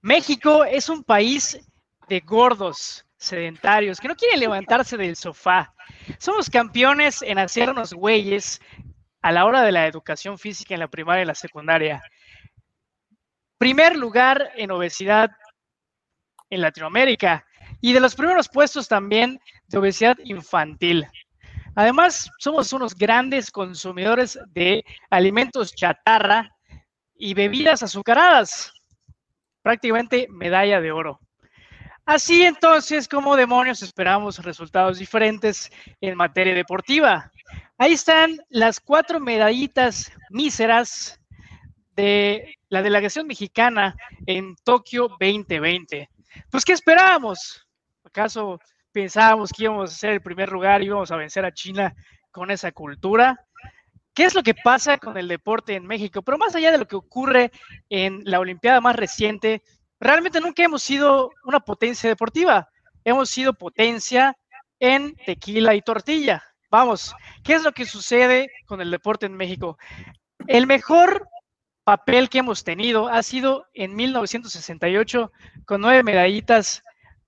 México es un país de gordos, sedentarios, que no quieren levantarse del sofá. Somos campeones en hacernos güeyes a la hora de la educación física en la primaria y la secundaria. Primer lugar en obesidad en Latinoamérica y de los primeros puestos también de obesidad infantil. Además, somos unos grandes consumidores de alimentos chatarra y bebidas azucaradas, prácticamente medalla de oro. Así entonces, ¿cómo demonios esperamos resultados diferentes en materia deportiva? Ahí están las 4 medallitas míseras de la delegación mexicana en Tokio 2020. Pues, ¿qué esperábamos? ¿Acaso pensábamos que íbamos a ser el primer lugar y íbamos a vencer a China con esa cultura? ¿Qué es lo que pasa con el deporte en México? Pero más allá de lo que ocurre en la Olimpiada más reciente, realmente nunca hemos sido una potencia deportiva. Hemos sido potencia en tequila y tortilla. Vamos, ¿qué es lo que sucede con el deporte en México? El mejor papel que hemos tenido ha sido en 1968 con 9 medallitas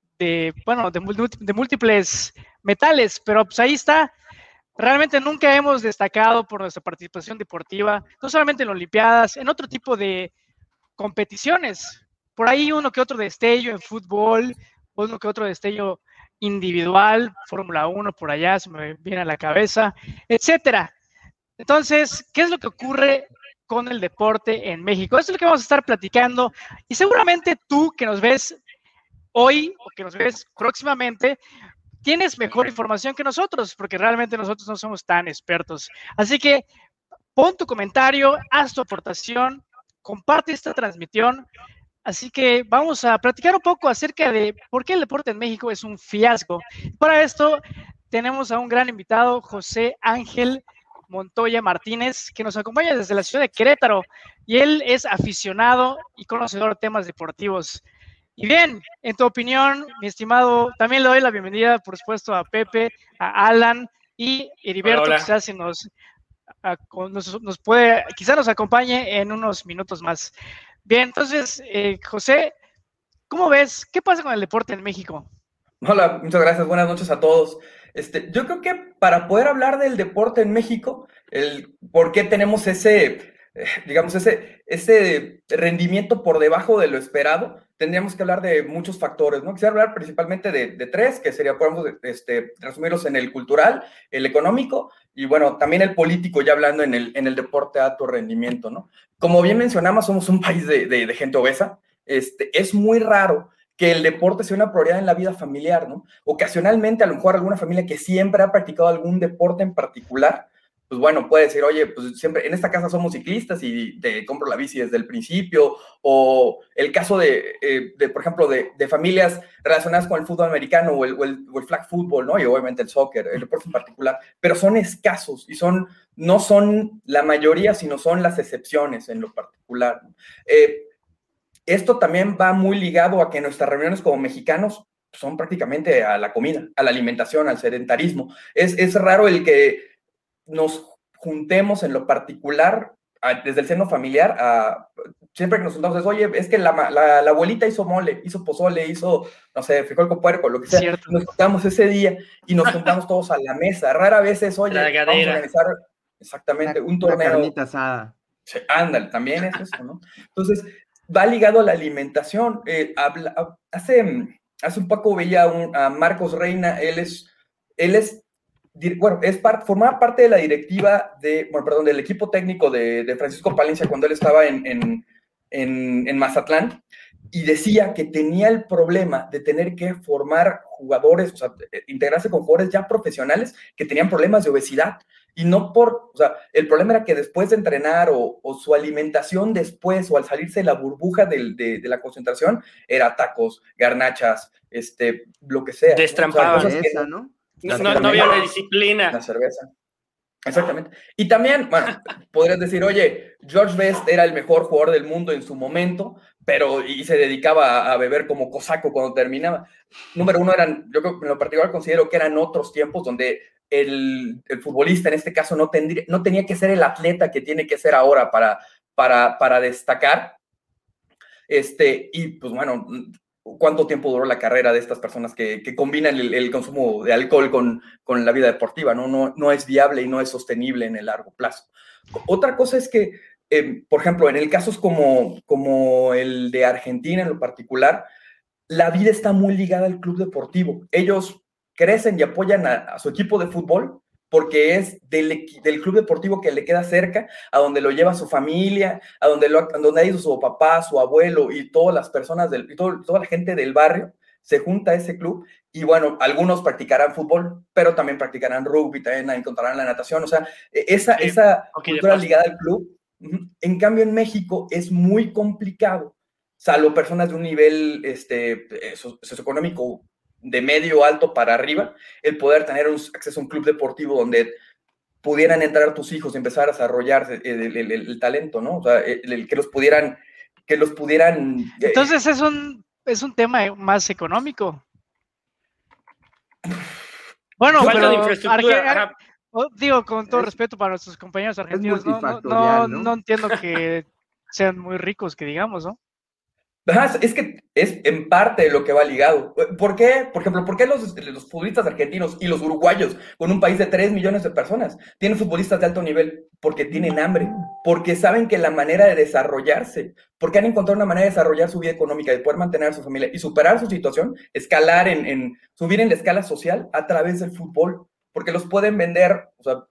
de múltiples metales, pero pues ahí está. Realmente nunca hemos destacado por nuestra participación deportiva, no solamente en Olimpiadas, en otro tipo de competiciones. Por ahí uno que otro destello en fútbol, uno que otro destello individual, Fórmula 1 por allá, se me viene a la cabeza, etcétera. Entonces, ¿qué es lo que ocurre con el deporte en México? Esto es lo que vamos a estar platicando y seguramente tú que nos ves hoy o que nos ves próximamente, tienes mejor información que nosotros, porque realmente nosotros no somos tan expertos. Así que pon tu comentario, haz tu aportación, comparte esta transmisión. Así que vamos a platicar un poco acerca de por qué el deporte en México es un fiasco. Para esto tenemos a un gran invitado, José Ángel Montoya Martínez, que nos acompaña desde la ciudad de Querétaro, y él es aficionado y conocedor de temas deportivos. Y bien, en tu opinión, mi estimado, también le doy la bienvenida, por supuesto, a Pepe, a Alan y Heriberto, Hola. quizás quizás nos acompañe en unos minutos más. Bien, entonces, José, ¿cómo ves? ¿Qué pasa con el deporte en México? Hola, muchas gracias, buenas noches a todos. Yo creo que para poder hablar del deporte en México, el por qué tenemos digamos, ese rendimiento por debajo de lo esperado, tendríamos que hablar de muchos factores, ¿no? Quisiera hablar principalmente de tres, que sería, podemos resumirlos en el cultural, el económico y, bueno, también el político, ya hablando en el deporte de alto rendimiento, ¿no? Como bien mencionamos, somos un país de gente obesa. Es muy raro que el deporte sea una prioridad en la vida familiar, ¿no? Ocasionalmente, a lo mejor alguna familia que siempre ha practicado algún deporte en particular, pues bueno, puede decir, oye, pues siempre en esta casa somos ciclistas y te compro la bici desde el principio, o el caso por ejemplo, de familias relacionadas con el fútbol americano o el flag football, ¿no? Y obviamente el soccer, el deporte en particular, pero son escasos y no son la mayoría, sino son las excepciones en lo particular, ¿no? Esto también va muy ligado a que nuestras reuniones como mexicanos son prácticamente a la comida, a la alimentación, al sedentarismo. Es raro el que nos juntemos en lo particular desde el seno familiar. Siempre que nos juntamos es, oye, es que la abuelita hizo mole, hizo pozole, hizo, no sé, frijol con puerco, lo que sea. Cierto. Nos juntamos ese día y nos juntamos todos a la mesa. Rara vez es, oye, vamos a organizar exactamente un torneo. Una carnita asada. Ándale, también es eso, ¿no? Entonces, va ligado a la alimentación. Hace un poco veía a Marcos Reina, formaba parte de la directiva del equipo técnico de Francisco Palencia cuando él estaba en Mazatlán, y decía que tenía el problema de tener que formar jugadores, o sea, integrarse con jugadores ya profesionales que tenían problemas de obesidad. Y o sea, el problema era que después de entrenar o su alimentación después o al salirse de la burbuja de la concentración, era tacos, garnachas, lo que sea. Destrampaban. O sea, ¿no? No había una disciplina. La cerveza. Exactamente. Y también, bueno, podrías decir, oye, George Best era el mejor jugador del mundo en su momento, y se dedicaba a beber como cosaco cuando terminaba. Número uno, yo creo que en lo particular considero que eran otros tiempos donde el futbolista en este caso no tenía que ser el atleta que tiene que ser ahora para destacar. Y pues bueno, ¿cuánto tiempo duró la carrera de estas personas que combinan el consumo de alcohol con la vida deportiva? No es viable y no es sostenible en el largo plazo. Otra cosa es que, por ejemplo, en el casos como el de Argentina en lo particular, la vida está muy ligada al club deportivo. Ellos crecen y apoyan a su equipo de fútbol porque es del club deportivo que le queda cerca, a donde lo lleva su familia, a donde ha ido su papá, su abuelo y todas las personas, toda la gente del barrio se junta a ese club. Y bueno, algunos practicarán fútbol, pero también practicarán rugby, también encontrarán la natación. O sea, esa cultura ligada al club. En cambio, en México es muy complicado, salvo personas de un nivel socioeconómico de medio alto para arriba, el poder tener acceso a un club deportivo donde pudieran entrar tus hijos y empezar a desarrollar el talento, ¿no? O sea, que los pudieran... Entonces es un tema más económico. Bueno, falta de infraestructura. Digo, con todo respeto para nuestros compañeros argentinos, no entiendo que sean muy ricos, que digamos, ¿no? Es que es en parte lo que va ligado. ¿Por qué? Por ejemplo, ¿por qué los futbolistas argentinos y los uruguayos, con un país de 3 millones de personas, tienen futbolistas de alto nivel? Porque tienen hambre, porque saben que la manera de desarrollarse, porque han encontrado una manera de desarrollar su vida económica, de poder mantener a su familia y superar su situación, escalar subir en la escala social a través del fútbol, porque los pueden vender, o sea,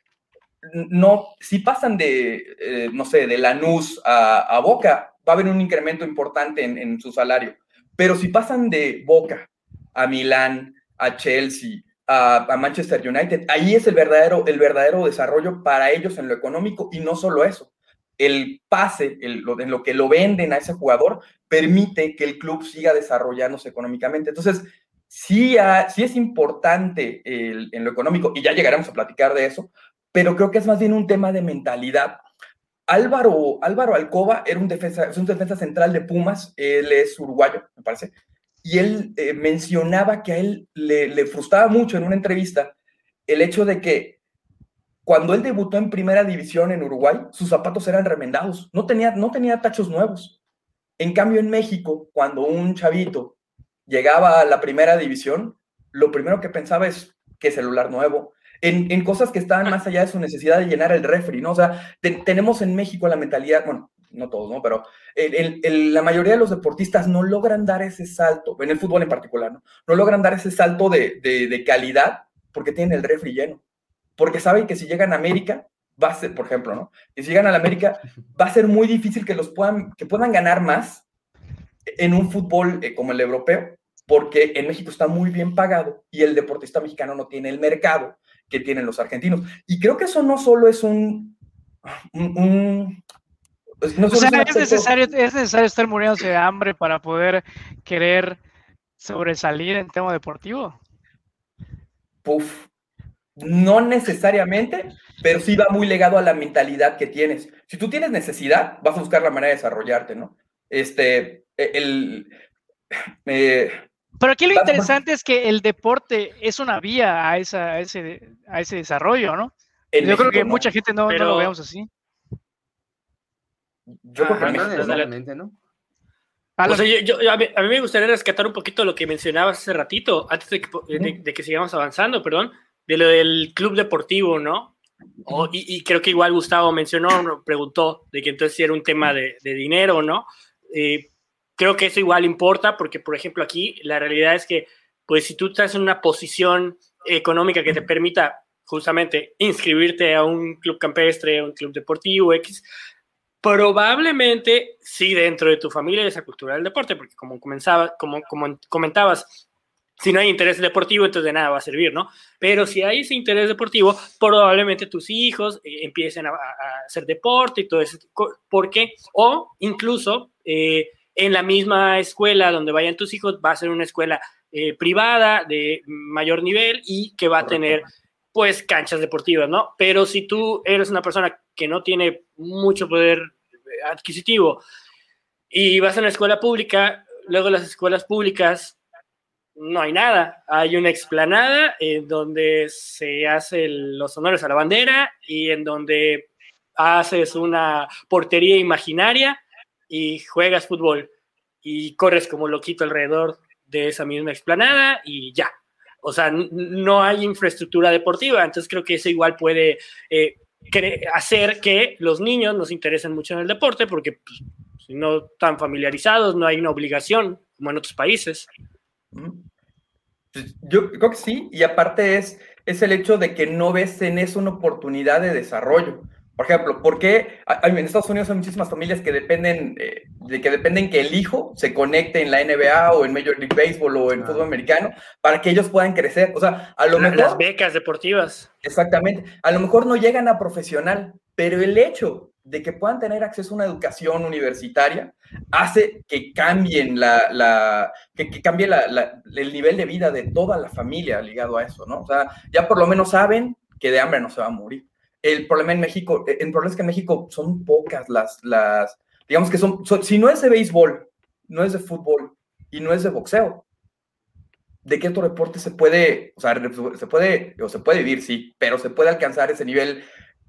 no, si pasan de, no sé, de Lanús a Boca, va a haber un incremento importante en su salario. Pero si pasan de Boca a Milán, a Chelsea, a Manchester United, ahí es el verdadero desarrollo para ellos en lo económico. Y no solo eso, el pase, en lo que lo venden a ese jugador, permite que el club siga desarrollándose económicamente. Entonces, sí es importante en lo económico, y ya llegaremos a platicar de eso, pero creo que es más bien un tema de mentalidad. Álvaro Alcoba es un defensa central de Pumas, él es uruguayo, me parece, y él mencionaba que a él le frustraba mucho en una entrevista el hecho de que cuando él debutó en primera división en Uruguay, sus zapatos eran remendados, no tenía tachos nuevos. En cambio, en México, cuando un chavito llegaba a la primera división, lo primero que pensaba es qué celular nuevo, en cosas que estaban más allá de su necesidad de llenar el refri, ¿no? O sea, tenemos en México la mentalidad, bueno, no todos, ¿no? Pero la mayoría de los deportistas no logran dar ese salto, en el fútbol en particular, ¿no? No logran dar ese salto de calidad porque tienen el refri lleno. Porque saben que si llegan a América, va a ser, por ejemplo, ¿no? Y si llegan a la América, va a ser muy difícil que puedan ganar más en un fútbol como el europeo, porque en México está muy bien pagado y el deportista mexicano no tiene el mercado que tienen los argentinos. Y creo que eso no solo es no o sea, es necesario estar muriéndose de hambre para poder querer sobresalir en tema deportivo. No necesariamente, pero sí va muy legado a la mentalidad que tienes. Si tú tienes necesidad, vas a buscar la manera de desarrollarte, ¿no? Pero aquí lo interesante es que el deporte es una vía a ese desarrollo, ¿no? Yo creo que mucha gente no lo vemos así. Yo creo que no necesariamente, ¿no? O sea, a mí me gustaría rescatar un poquito lo que mencionabas hace ratito, antes de que sigamos avanzando, perdón, de lo del club deportivo, ¿no? Y creo que igual Gustavo preguntó de que entonces si era un tema de dinero, ¿no? Creo que eso igual importa porque, por ejemplo, aquí la realidad es que, pues, si tú estás en una posición económica que te permita justamente inscribirte a un club campestre, a un club deportivo, X, probablemente sí dentro de tu familia esa cultura del deporte, porque como comentabas, si no hay interés deportivo, entonces de nada va a servir, ¿no? Pero si hay ese interés deportivo, probablemente tus hijos empiecen a hacer deporte y todo eso. ¿Por qué? O incluso en la misma escuela donde vayan tus hijos, va a ser una escuela privada de mayor nivel y que va a tener, pues, canchas deportivas, ¿no? Pero si tú eres una persona que no tiene mucho poder adquisitivo y vas a una escuela pública, luego las escuelas públicas no hay nada, hay una explanada en donde se hacen los honores a la bandera y en donde haces una portería imaginaria y juegas fútbol. y corres como loquito alrededor de esa misma explanada y ya. O sea, no hay infraestructura deportiva, entonces creo que eso igual puede hacer que los niños nos interesen mucho en el deporte, porque pues, si no están familiarizados, no hay una obligación como en otros países. Yo creo que sí, y aparte es el hecho de que no ves en eso una oportunidad de desarrollo. Por ejemplo, ¿por qué en Estados Unidos hay muchísimas familias que dependen que el hijo se conecte en la NBA o en Major League Baseball o en fútbol americano para que ellos puedan crecer? O sea, a lo mejor... Las becas deportivas. Exactamente. A lo mejor no llegan a profesional, pero el hecho de que puedan tener acceso a una educación universitaria hace que cambien el nivel de vida de toda la familia ligado a eso, ¿no? O sea, ya por lo menos saben que de hambre no se va a morir. El problema es que en México son pocas digamos que si no es de béisbol, no es de fútbol y no es de boxeo, ¿de qué otro deporte se puede vivir, sí, pero se puede alcanzar ese nivel,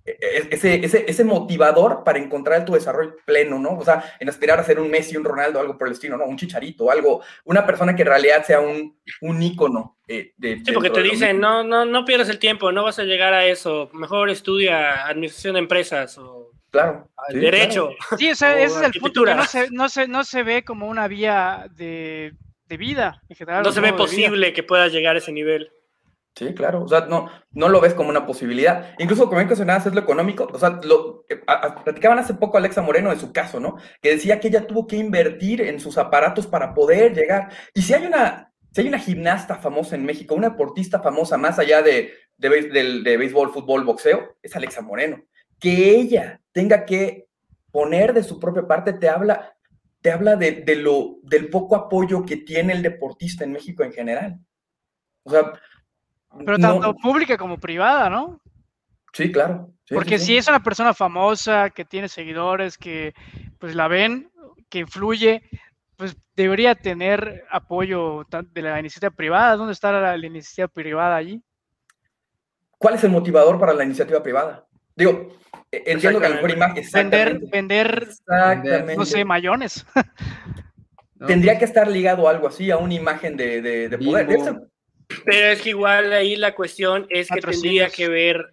ese motivador para encontrar tu desarrollo pleno, ¿no? O sea, en aspirar a ser un Messi, un Ronaldo, algo por el estilo, ¿no? Un Chicharito, una persona que en realidad sea un ícono. Sí, porque te dicen, no pierdas el tiempo, no vas a llegar a eso, mejor estudia administración de empresas o claro, sí, derecho. Claro. Sí, ese es el punto, que no se ve como una vía de vida en general. No se ve posible que puedas llegar a ese nivel. Sí, claro, o sea, no lo ves como una posibilidad. Incluso, como mencionabas, es lo económico. O sea, platicaban hace poco Alexa Moreno de su caso, ¿no? Que decía que ella tuvo que invertir en sus aparatos para poder llegar. Y si hay una gimnasta famosa en México, una deportista famosa más allá de béisbol, fútbol, boxeo, es Alexa Moreno. Que ella tenga que poner de su propia parte te habla del poco apoyo que tiene el deportista en México en general. O sea... Pero tanto pública como privada, ¿no? Sí, claro. Sí, porque sí. Si es una persona famosa, que tiene seguidores, que pues la ven, que influye, pues debería tener apoyo de la iniciativa privada. ¿Dónde está la iniciativa privada allí? ¿Cuál es el motivador para la iniciativa privada? Digo, entiendo que a lo mejor vender, no sé, mayones. Tendría que estar ligado a algo así, a una imagen de poder. Pero es que igual ahí la cuestión es que tendría que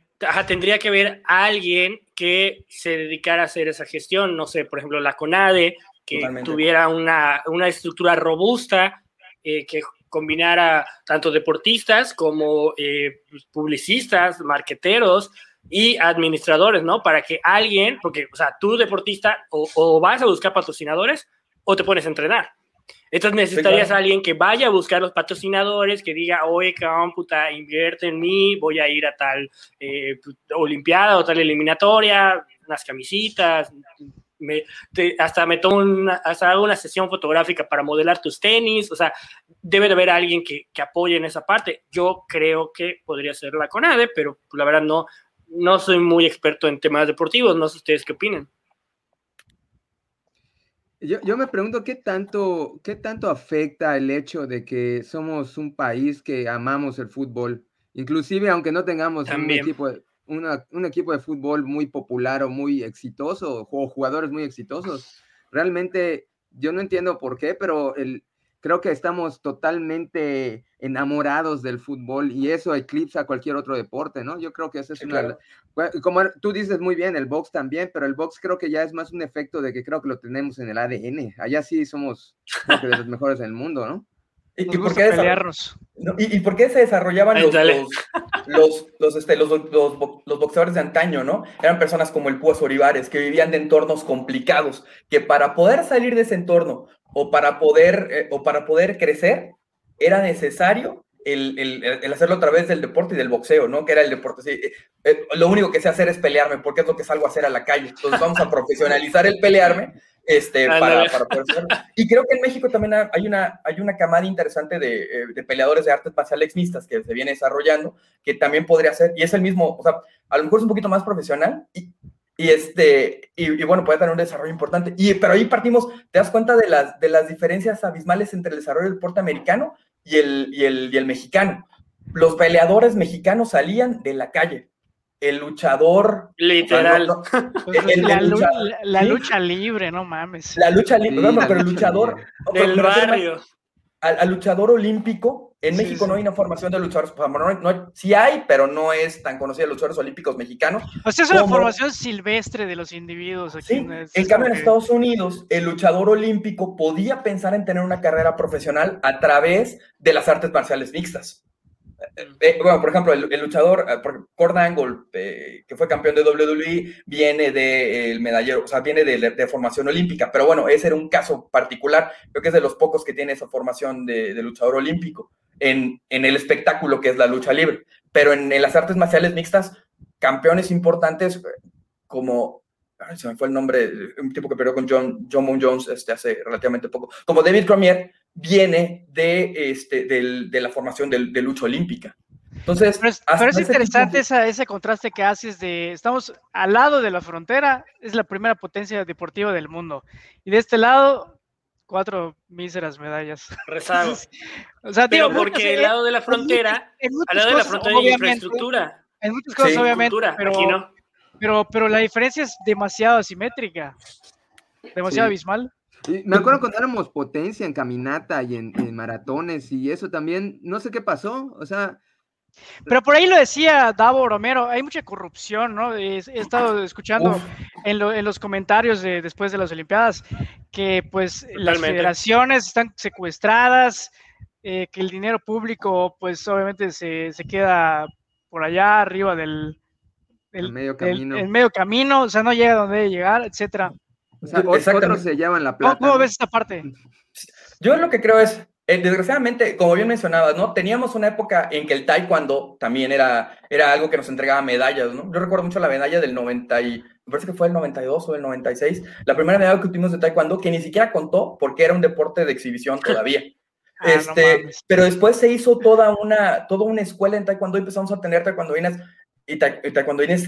ver a alguien que se dedicara a hacer esa gestión, no sé, por ejemplo, la CONADE, que totalmente tuviera una estructura robusta, que combinara tanto deportistas como publicistas, marqueteros y administradores, ¿no? Para que alguien, porque, o sea, tú deportista o vas a buscar patrocinadores o te pones a entrenar. Entonces necesitarías a alguien que vaya a buscar los patrocinadores, que diga, oye, cabrón, puta, invierte en mí, voy a ir a tal olimpiada o tal eliminatoria, unas camisitas, hasta hago una sesión fotográfica para modelar tus tenis. O sea, debe de haber alguien que apoye en esa parte. Yo creo que podría ser la CONADE, pero la verdad no soy muy experto en temas deportivos. No sé ustedes qué opinan. Yo me pregunto qué tanto afecta el hecho de que somos un país que amamos el fútbol, inclusive aunque no tengamos un equipo de fútbol muy popular o muy exitoso, o jugadores muy exitosos. Realmente yo no entiendo por qué, pero creo que estamos totalmente enamorados del fútbol y eso eclipsa cualquier otro deporte, ¿no? Yo creo que esa es como tú dices muy bien, el box también, pero el box creo que ya es más un efecto de que creo que lo tenemos en el ADN. Allá sí somos, creo que, de los mejores del mundo, ¿no? ¿Y por qué pelearnos? ¿Y por qué se desarrollaban los boxeadores de antaño, no? Eran personas como el Púas Olivares, que vivían de entornos complicados, que para poder salir de ese entorno o para poder crecer, era necesario el hacerlo a través del deporte y del boxeo, ¿no? Que era el deporte. Sí, lo único que sé hacer es pelearme, porque es lo que salgo a hacer a la calle. Entonces vamos a profesionalizar el pelearme para poder hacerlo. Y creo que en México también hay una camada interesante de peleadores de artes marciales mixtas que se viene desarrollando, que también podría ser, y es el mismo, o sea, a lo mejor es un poquito más profesional, y bueno, puede tener un desarrollo importante. Pero ahí partimos, ¿te das cuenta de las diferencias abismales entre el desarrollo del deporte americano y el mexicano? Los peleadores mexicanos salían de la calle. el luchador. Literal. O sea, la lucha libre, no mames. La lucha libre, Sí, pero el luchador. Del barrio. Al luchador olímpico, en México no hay una formación de luchadores. Sí hay, pero no es tan conocida de luchadores olímpicos mexicanos. O sea, es una formación silvestre de los individuos. Aquí sí, en cambio en Estados Unidos, el luchador olímpico podía pensar en tener una carrera profesional a través de las artes marciales mixtas. Bueno, por ejemplo, el luchador Kurt Angle, que fue campeón de WWE, viene del medallero, o sea, viene de formación olímpica, pero bueno, ese era un caso particular, creo que es de los pocos que tiene esa formación de luchador olímpico en el espectáculo que es la lucha libre, pero en las artes marciales mixtas, campeones importantes como, se me fue el nombre, un tipo que perdió con John Moon Jones hace relativamente poco, como David Cormier, viene de la formación de lucha olímpica. Entonces, pero es interesante ese contraste que haces de, estamos al lado de la frontera, es la primera potencia deportiva del mundo, y de este lado, 4 míseras medallas. Rezago. O sea, pero porque al lado de la frontera, al lado de la frontera hay infraestructura. En muchas cosas, obviamente, aquí no. Pero la diferencia es demasiado asimétrica, demasiado abismal. Me acuerdo cuando éramos potencia en caminata y en maratones y eso también, no sé qué pasó, o sea... Pero por ahí lo decía Davo Romero, hay mucha corrupción, ¿no? He estado escuchando en los comentarios después de las Olimpiadas que pues las federaciones están secuestradas, que el dinero público pues obviamente se queda por allá arriba del medio camino. El medio camino, o sea, no llega a donde debe llegar, etcétera. O sea, otros se llevan la plata. ¿Cómo ves esta parte? Yo lo que creo es, desgraciadamente, como bien mencionabas, ¿no? Teníamos una época en que el taekwondo también era algo que nos entregaba medallas, ¿no? Yo recuerdo mucho la medalla del 90 me parece que fue el 92 o el 96, la primera medalla que obtuvimos de taekwondo, que ni siquiera contó porque era un deporte de exhibición todavía. No pero después se hizo toda una escuela en taekwondo y empezamos a tener taekwondoines y taekwondoines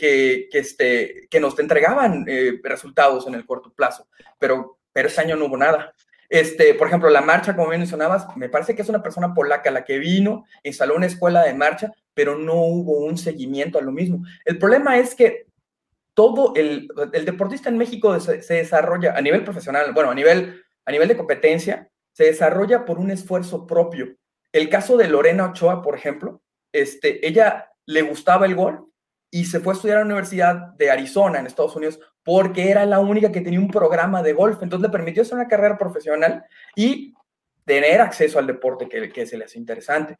que nos entregaban resultados en el corto plazo, pero ese año no hubo nada. Por ejemplo, la marcha, como bien mencionabas, me parece que es una persona polaca la que vino, instaló una escuela de marcha, pero no hubo un seguimiento a lo mismo. El problema es que todo el deportista en México se desarrolla a nivel profesional, bueno, a nivel de competencia, se desarrolla por un esfuerzo propio. El caso de Lorena Ochoa, por ejemplo, ella le gustaba el golf y se fue a estudiar a la Universidad de Arizona, en Estados Unidos, porque era la única que tenía un programa de golf. Entonces le permitió hacer una carrera profesional y tener acceso al deporte que se le hace interesante.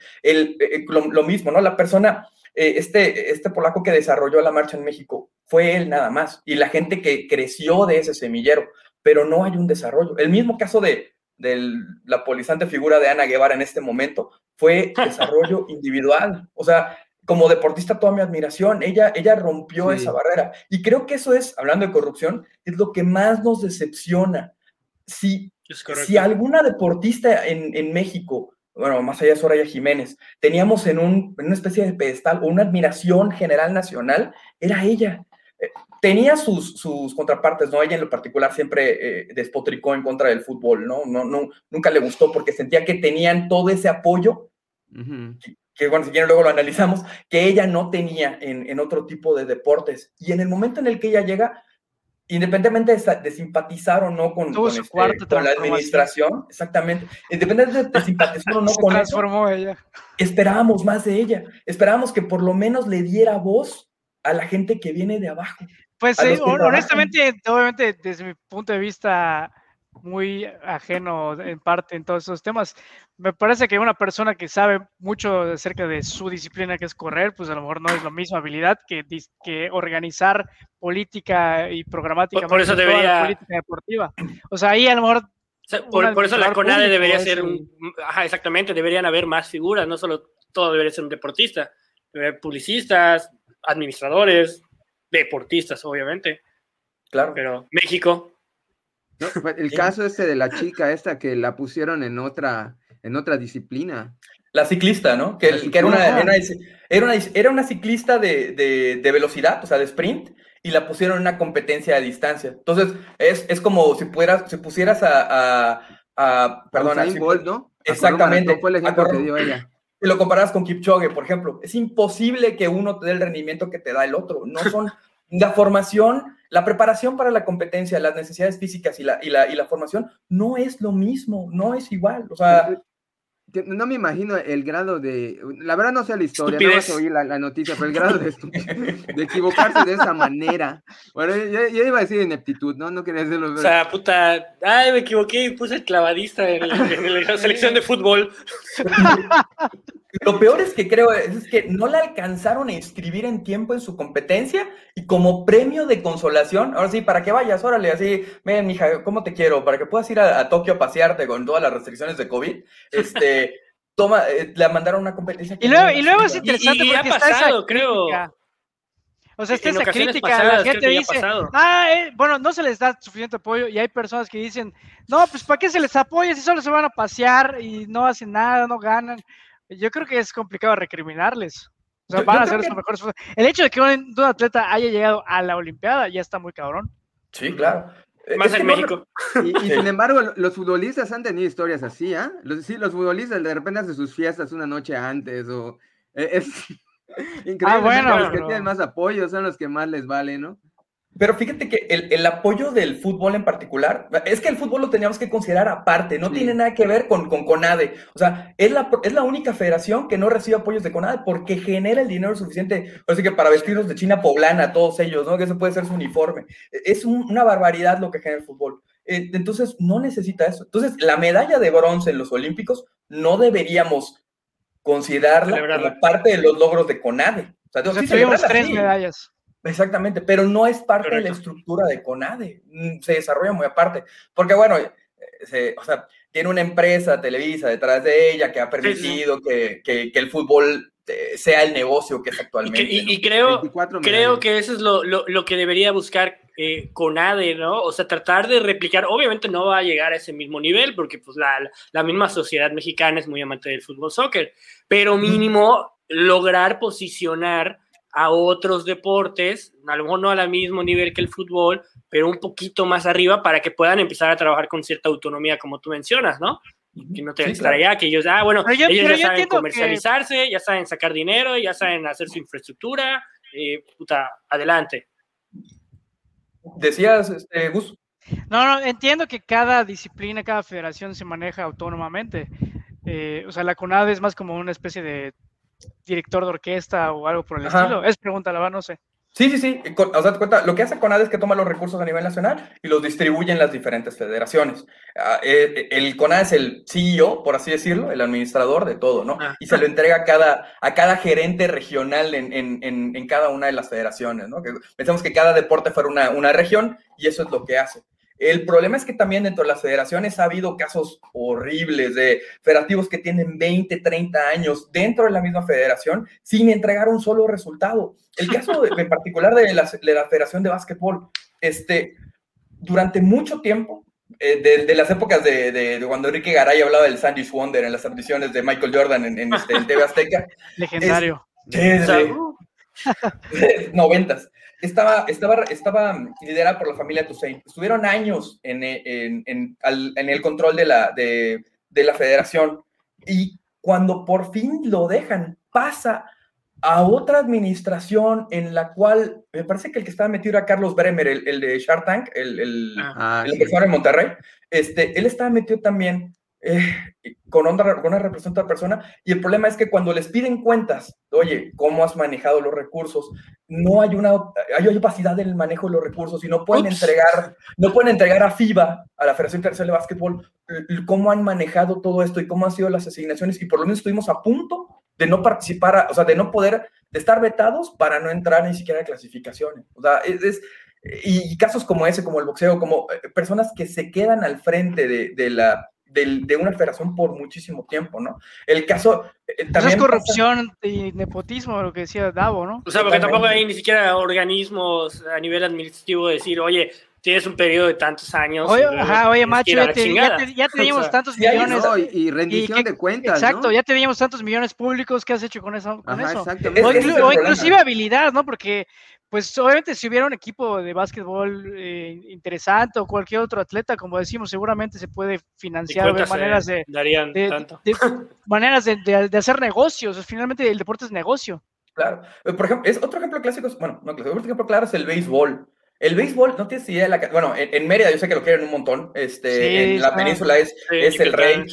Lo mismo, ¿no? La persona, este polaco que desarrolló la marcha en México, fue él nada más. Y la gente que creció de ese semillero, pero no hay un desarrollo. El mismo caso de la polizante figura de Ana Guevara en este momento fue desarrollo individual. O sea, como deportista, toda mi admiración, ella rompió esa barrera. Y creo que eso es, hablando de corrupción, es lo que más nos decepciona. Si alguna deportista en México, bueno, más allá de Soraya Jiménez, teníamos en una especie de pedestal o una admiración general nacional, era ella. Tenía sus contrapartes, ¿no? Ella en lo particular siempre despotricó en contra del fútbol, ¿no? Nunca le gustó porque sentía que tenían todo ese apoyo, que bueno, si quieren luego lo analizamos, que ella no tenía en otro tipo de deportes. Y en el momento en el que ella llega, independientemente de simpatizar o no con la administración, exactamente, independientemente de simpatizar o no con transformó ella. Esperábamos más de ella, esperábamos que por lo menos le diera voz a la gente que viene de abajo. Pues honestamente, obviamente desde mi punto de vista muy ajeno en parte en todos esos temas, me parece que una persona que sabe mucho acerca de su disciplina, que es correr, pues a lo mejor no es la misma habilidad que organizar política y programática. Por eso debería... política deportiva. O sea, ahí a lo mejor... Por eso la CONADE debería ser exactamente, deberían haber más figuras, no solo todo debería ser un deportista, debería haber publicistas, administradores, deportistas, obviamente. Claro. Pero México... No, el caso de la chica esta que la pusieron en otra disciplina. La ciclista, ¿no? Que era una ciclista de velocidad, o sea, de sprint, y la pusieron en una competencia de distancia. Entonces, es como si pusieras a Usain Bolt, ¿no? Exactamente. Fue el ejemplo que dio ella. si lo comparas con Kipchoge, por ejemplo, es imposible que uno te dé el rendimiento que te da el otro. No son la formación, la preparación para la competencia, las necesidades físicas y la formación no es lo mismo, no es igual. O sea, no me imagino el grado de, la verdad no sé la historia, no vas a oír la noticia, pero el grado de equivocarse de esa manera. Bueno, yo iba a decir ineptitud, ¿no? Quería decirlo. O sea, puta, me equivoqué y puse el clavadista en la selección de fútbol. Lo peor es que creo es que no la alcanzaron a inscribir en tiempo en su competencia y como premio de consolación, ahora sí, para que vayas, órale, así, ven, mija, ¿cómo te quiero? Para que puedas ir a Tokio a pasearte con todas las restricciones de COVID, le mandaron una competencia. Y luego es interesante porque ha pasado, creo. O sea, está esa crítica, la gente dice, bueno, no se les da suficiente apoyo y hay personas que dicen, no, pues ¿para qué se les apoya si solo se van a pasear y no hacen nada, no ganan? Yo creo que es complicado recriminarles. O sea, van a hacer su mejor esfuerzo. El hecho de que un atleta haya llegado a la Olimpiada ya está muy cabrón. Sí, claro. Más en México. Y sin embargo, los futbolistas han tenido historias así, ¿ah? Los futbolistas de repente hacen sus fiestas una noche antes o... es increíble. Los que tienen más apoyo son los que más les vale, ¿no? Pero fíjate que el apoyo del fútbol en particular, es que el fútbol lo teníamos que considerar aparte, no tiene nada que ver con CONADE. O sea, es la única federación que no recibe apoyos de CONADE porque genera el dinero suficiente, así que para vestirlos de China poblana, todos ellos, ¿no? Que ese puede ser su uniforme. Es una barbaridad lo que genera el fútbol. Entonces, no necesita eso. Entonces, la medalla de bronce en los Olímpicos no deberíamos considerarla como parte de los logros de CONADE. O sea, sí tuvimos 3 medallas. Exactamente, pero no es parte de la estructura de CONADE, se desarrolla muy aparte, porque bueno, o sea, tiene una empresa, Televisa, detrás de ella que ha permitido que el fútbol sea el negocio que es actualmente. Y creo que eso es lo que debería buscar CONADE, ¿no? O sea, tratar de replicar, obviamente no va a llegar a ese mismo nivel, porque pues la misma sociedad mexicana es muy amante del fútbol soccer, pero mínimo lograr posicionar a otros deportes, a lo mejor no al mismo nivel que el fútbol, pero un poquito más arriba para que puedan empezar a trabajar con cierta autonomía, como tú mencionas, ¿no? Que no te extraña que ellos, ellos ya saben comercializarse, ya saben sacar dinero, ya saben hacer su infraestructura, adelante. ¿Decías, Gus? No, entiendo que cada disciplina, cada federación se maneja autónomamente. O sea, la CONADE es más como una especie de director de orquesta o algo por el estilo. Es pregunta, la verdad, no sé. Sí. O sea, te cuenta, lo que hace CONADE es que toma los recursos a nivel nacional y los distribuye en las diferentes federaciones. El CONADE es el CEO, por así decirlo, el administrador de todo, ¿no? Y se lo entrega a cada gerente regional en cada una de las federaciones, ¿no? Pensamos que cada deporte fuera una región y eso es lo que hace. El problema es que también dentro de las federaciones ha habido casos horribles de federativos que tienen 20, 30 años dentro de la misma federación sin entregar un solo resultado. El caso en particular de la Federación de Básquetbol, durante mucho tiempo, de las épocas de cuando Enrique Garay hablaba del Sandwich Wonder en las transmisiones de Michael Jordan en TV Azteca. Legendario. Desde 90s. Estaba liderada por la familia Toussaint. Estuvieron años en el control de la federación y cuando por fin lo dejan, pasa a otra administración en la cual, me parece que el que estaba metido era Carlos Bremer, el de Shark Tank, el empresario en Monterrey. Él estaba metido también con una representante persona, y el problema es que cuando les piden cuentas, oye, ¿cómo has manejado los recursos? No hay hay opacidad en el manejo de los recursos y no pueden entregar a FIBA, a la Federación Internacional de Básquetbol, cómo han manejado todo esto y cómo han sido las asignaciones, y por lo menos estuvimos a punto de no participar, o sea, de no poder, de estar vetados para no entrar ni siquiera a clasificaciones. O sea, y casos como ese, como el boxeo, como personas que se quedan al frente de una federación por muchísimo tiempo, ¿no? El caso también es corrupción y nepotismo, lo que decía Davo, ¿no? O sea, porque tampoco hay ni siquiera organismos a nivel administrativo de decir, oye, tienes un periodo de tantos años. Oye, macho, ya teníamos tantos millones. No, y rendición de cuentas, exacto, ¿no? Ya teníamos tantos millones públicos. ¿Qué has hecho con eso? Exactamente. O inclusive habilidad, ¿no? Porque, pues, obviamente, si hubiera un equipo de básquetbol interesante o cualquier otro atleta, como decimos, seguramente se puede financiar, ver maneras maneras de hacer negocios. Finalmente, el deporte es negocio. Claro. Por ejemplo, otro ejemplo clásico, otro ejemplo claro es el béisbol. El béisbol, no tienes idea bueno, en Mérida yo sé que lo quieren un montón, en la península es el rey,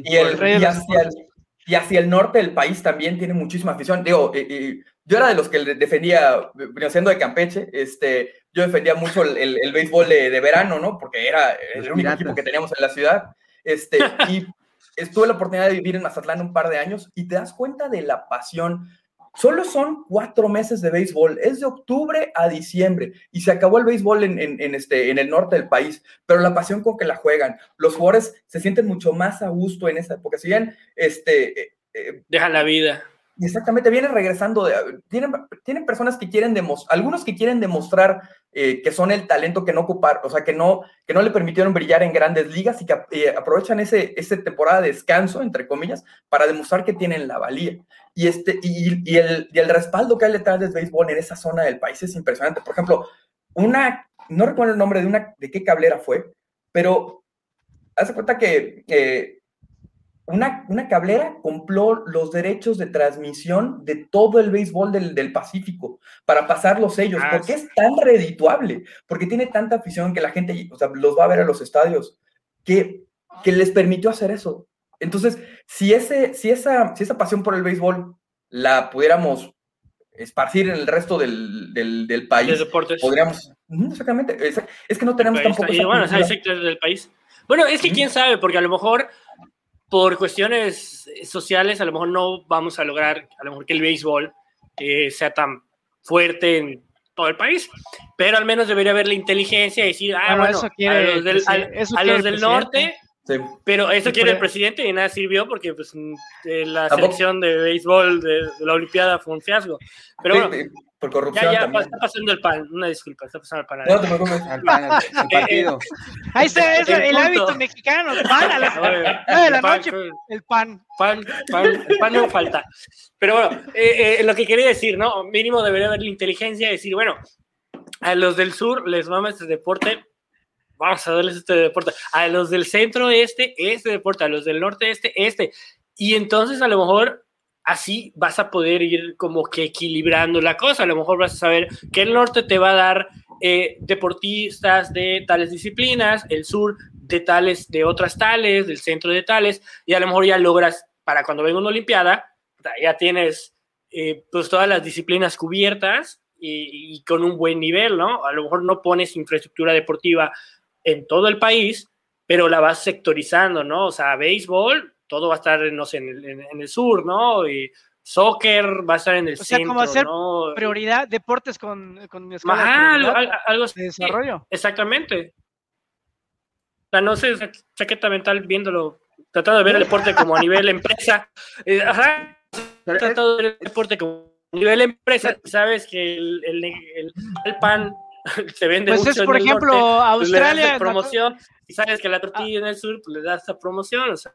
y hacia el norte del país también tiene muchísima afición. Digo, yo era de los que defendía, siendo de Campeche, yo defendía mucho el béisbol de verano, ¿no? Porque era el único equipo que teníamos en la ciudad, y tuve la oportunidad de vivir en Mazatlán un par de años, y te das cuenta de la pasión. Solo son 4 meses de béisbol, es de octubre a diciembre, y se acabó el béisbol en el norte del país, pero la pasión con que la juegan, los jugadores se sienten mucho más a gusto en esa época, si bien dejan la vida. Exactamente, vienen regresando, tienen personas que quieren demostrar, algunos que quieren demostrar que son el talento que no ocuparon, o sea, que no le permitieron brillar en grandes ligas, y que aprovechan ese temporada de descanso, entre comillas, para demostrar que tienen la valía. Y el respaldo que hay detrás del béisbol en esa zona del país es impresionante. Por ejemplo, no recuerdo el nombre de qué cablera fue, pero hace cuenta que una cablera compró los derechos de transmisión de todo el béisbol del Pacífico para pasar los sellos, porque es tan redituable, porque tiene tanta afición que la gente, o sea, los va a ver a los estadios, que les permitió hacer eso. Entonces, si esa pasión por el béisbol la pudiéramos esparcir en el resto del país, podríamos... Exactamente, es que no tenemos tampoco... Y bueno, hay sectores del país. Bueno, es que quién sabe, porque a lo mejor por cuestiones sociales, a lo mejor no vamos a lograr, a lo mejor que el béisbol sea tan fuerte en todo el país, pero al menos debería haber la inteligencia de decir, a los del norte, sí. Pero eso quiere el presidente y nada sirvió porque pues, la selección de béisbol de la Olimpiada fue un fiasco. Pero bueno, por corrupción ya está pasando el pan, una disculpa, está pasando el pan. No te preocupes. El partido. Ahí está el hábito mexicano, pan a las 9 de la noche, el pan. El pan no falta. Pero bueno, lo que quería decir, ¿no? Mínimo debería haber la inteligencia de decir, bueno, a los del sur les mama este deporte, vamos a darles este deporte. A los del centro este deporte, a los del norte este. Y entonces a lo mejor así vas a poder ir como que equilibrando la cosa. A lo mejor vas a saber que el norte te va a dar deportistas de tales disciplinas, el sur de otras tales, del centro de tales, y a lo mejor ya logras, para cuando venga una olimpiada, ya tienes pues todas las disciplinas cubiertas y con un buen nivel, ¿no? A lo mejor no pones infraestructura deportiva en todo el país, pero la vas sectorizando, ¿no? O sea, béisbol, todo va a estar, no sé, en el sur, ¿no? Y soccer va a estar en el centro, como hacer ¿no? Prioridad, deportes con algo de desarrollo. Exactamente. O sea, no sé, chaqueta mental viéndolo, tratando de ver el deporte como a nivel empresa. Tratando de ver el deporte como a nivel empresa. Sabes que el pan se vende pues mucho es, por en el ejemplo, norte, Australia, pues le das promoción, y sabes que la tortilla en el sur, pues le das esa promoción, o sea.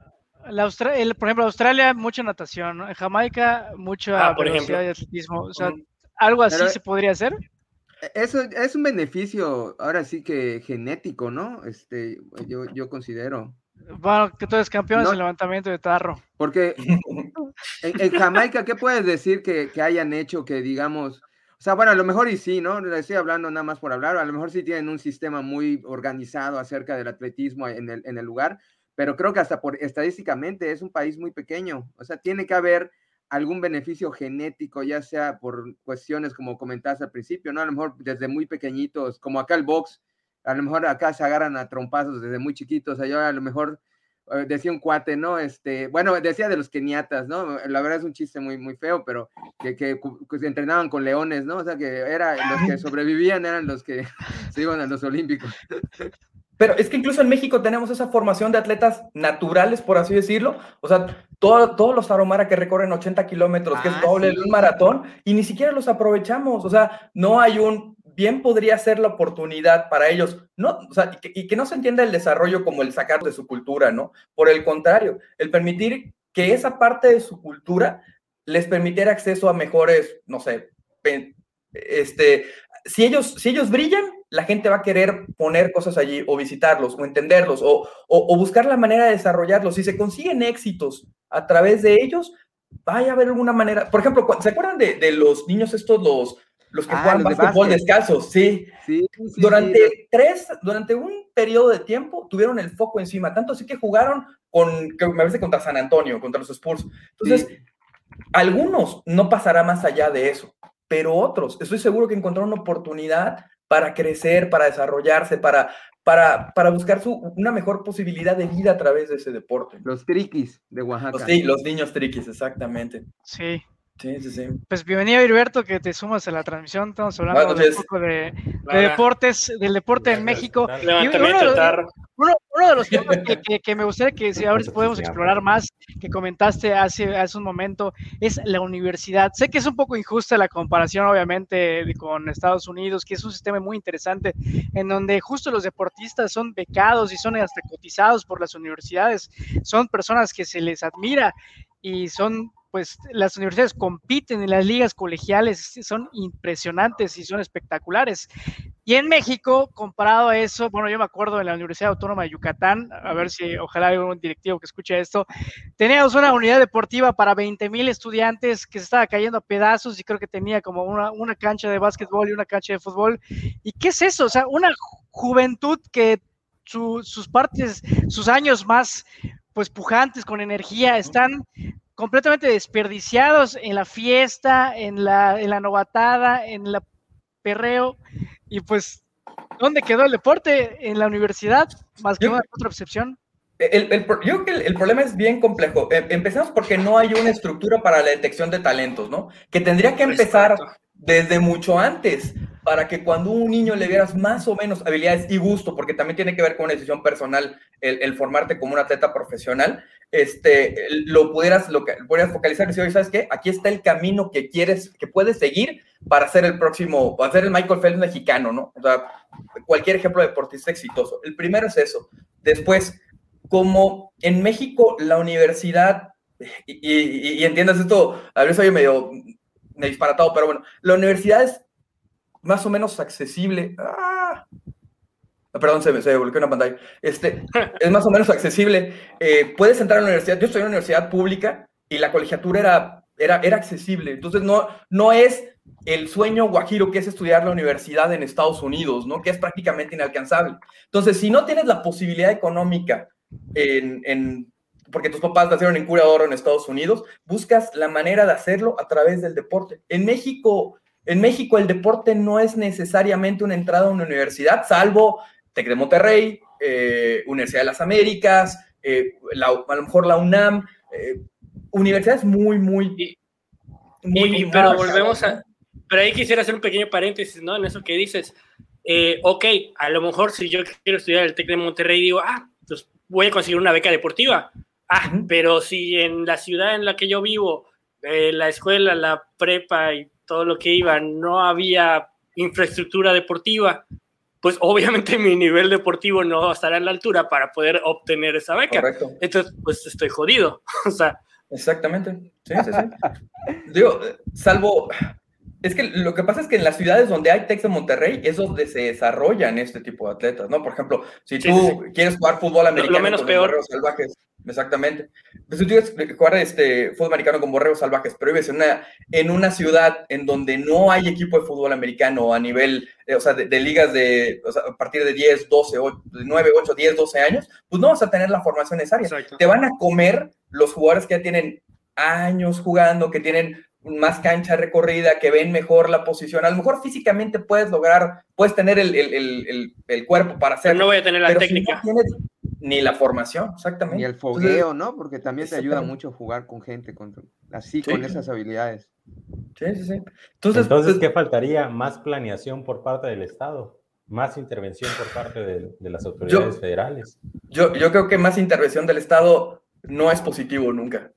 Por ejemplo, Australia, mucha natación, ¿no? En Jamaica, mucha velocidad de atletismo, o sea, algo así se podría hacer. Eso es un beneficio, ahora sí que genético, ¿no? Yo considero. Bueno, que tú eres campeón en levantamiento de tarro. Porque en Jamaica, ¿qué puedes decir que hayan hecho que digamos... O sea, bueno, a lo mejor y sí, ¿no? Le estoy hablando nada más por hablar, a lo mejor sí tienen un sistema muy organizado acerca del atletismo en el lugar, pero creo que hasta estadísticamente es un país muy pequeño, o sea, tiene que haber algún beneficio genético, ya sea por cuestiones como comentaste al principio, ¿no? A lo mejor desde muy pequeñitos, como acá el box, a lo mejor acá se agarran a trompazos desde muy chiquitos, allá a lo mejor... decía un cuate, ¿no? Bueno, decía de los keniatas, ¿no? La verdad es un chiste muy, muy feo, pero que se entrenaban con leones, ¿no? O sea, que los que sobrevivían eran los que se iban a los olímpicos. Pero es que incluso en México tenemos esa formación de atletas naturales, por así decirlo. O sea, todos los tarahumara que recorren 80 kilómetros, que es doble de un maratón, y ni siquiera los aprovechamos. O sea, no hay un bien podría ser la oportunidad para ellos, no, o sea, y que no se entienda el desarrollo como el sacar de su cultura, ¿no? Por el contrario, el permitir que esa parte de su cultura les permitiera acceso a mejores, no sé, si ellos brillan, la gente va a querer poner cosas allí, o visitarlos, o entenderlos, o buscar la manera de desarrollarlos. Si se consiguen éxitos a través de ellos, vaya a haber alguna manera. Por ejemplo, ¿se acuerdan de los niños estos, los que juegan básquetbol descalzos? Sí. Durante un periodo de tiempo tuvieron el foco encima, tanto así que jugaron me parece contra San Antonio, contra los Spurs. Entonces, algunos no pasará más allá de eso, pero otros, estoy seguro que encontraron una oportunidad para crecer, para desarrollarse, para buscar una mejor posibilidad de vida a través de ese deporte. Los triquis de Oaxaca. Sí, los niños triquis, exactamente. Sí. Sí. Pues bienvenido, Heriberto, que te sumas a la transmisión. Estamos hablando un poco de deportes, del deporte en México. Uno de los temas que me gustaría que si ahora podemos explorar más, que comentaste hace un momento, es la universidad. Sé que es un poco injusta la comparación, obviamente, con Estados Unidos, que es un sistema muy interesante, en donde justo los deportistas son becados y son hasta cotizados por las universidades. Son personas que se les admira y pues las universidades compiten en las ligas colegiales, son impresionantes y son espectaculares. Y en México, comparado a eso, bueno, yo me acuerdo en la Universidad Autónoma de Yucatán, a ver si ojalá hay un directivo que escuche esto, teníamos una unidad deportiva para 20,000 estudiantes que se estaba cayendo a pedazos y creo que tenía como una cancha de básquetbol y una cancha de fútbol. ¿Y qué es eso? O sea, una juventud que sus años más pues pujantes, con energía, están completamente desperdiciados en la fiesta, en la novatada, en el perreo, y pues, ¿dónde quedó el deporte? En la universidad, más que una otra excepción. Yo creo que el problema es bien complejo. Empecemos porque no hay una estructura para la detección de talentos, ¿no? Que tendría que empezar desde mucho antes, para que cuando a un niño le vieras más o menos habilidades y gusto, porque también tiene que ver con una decisión personal, el formarte como un atleta profesional, lo pudieras focalizar y decir, oye, ¿sabes qué? Aquí está el camino que puedes seguir para ser el próximo, para ser el Michael Phelps mexicano, ¿no? O sea, cualquier ejemplo de deportista exitoso. El primero es eso. Después, como en México la universidad, y entiendas esto, a veces soy medio disparatado, pero bueno, la universidad es más o menos accesible. Perdón, se bloqueó una pantalla. Es más o menos accesible. Puedes entrar a la universidad. Yo estoy en una universidad pública y la colegiatura era accesible. Entonces, no es el sueño guajiro que es estudiar la universidad en Estados Unidos, ¿no? Que es prácticamente inalcanzable. Entonces, si no tienes la posibilidad económica porque tus papás nacieron en Cura de Oro en Estados Unidos, buscas la manera de hacerlo a través del deporte. En México el deporte no es necesariamente una entrada a una universidad, salvo TEC de Monterrey, Universidad de las Américas, a lo mejor la UNAM, universidades muy pero volvemos a... Pero ahí quisiera hacer un pequeño paréntesis, ¿no? En eso que dices. Ok, a lo mejor si yo quiero estudiar el TEC de Monterrey, digo, pues voy a conseguir una beca deportiva. Pero si en la ciudad en la que yo vivo, la escuela, la prepa y todo lo que iba, no había infraestructura deportiva, pues obviamente mi nivel deportivo no estará a la altura para poder obtener esa beca. Correcto. Entonces, pues estoy jodido. O sea. Exactamente. Sí. Digo, salvo... Es que lo que pasa es que en las ciudades donde hay TEC de Monterrey es donde se desarrollan este tipo de atletas, ¿no? Por ejemplo, si tú quieres jugar fútbol americano lo menos con peor. Borregos Salvajes, exactamente. Pues si tú quieres jugar fútbol americano con Borregos Salvajes, pero vives en una ciudad en donde no hay equipo de fútbol americano a nivel, de ligas a partir de 10, 12, 9, 8, 10, 12 años, pues no vas a tener la formación necesaria. Exacto. Te van a comer los jugadores que ya tienen años jugando, que tienen más cancha recorrida, que ven mejor la posición. A lo mejor físicamente puedes tener el cuerpo para hacerlo. Pero no voy a tener la técnica. Si no tienes ni la formación, exactamente. Ni el fogueo, ¿no? Porque también te ayuda mucho jugar con gente con esas habilidades. Sí. Entonces, ¿qué faltaría? Más planeación por parte del Estado, más intervención por parte de las autoridades federales. Yo creo que más intervención del Estado no es positivo nunca.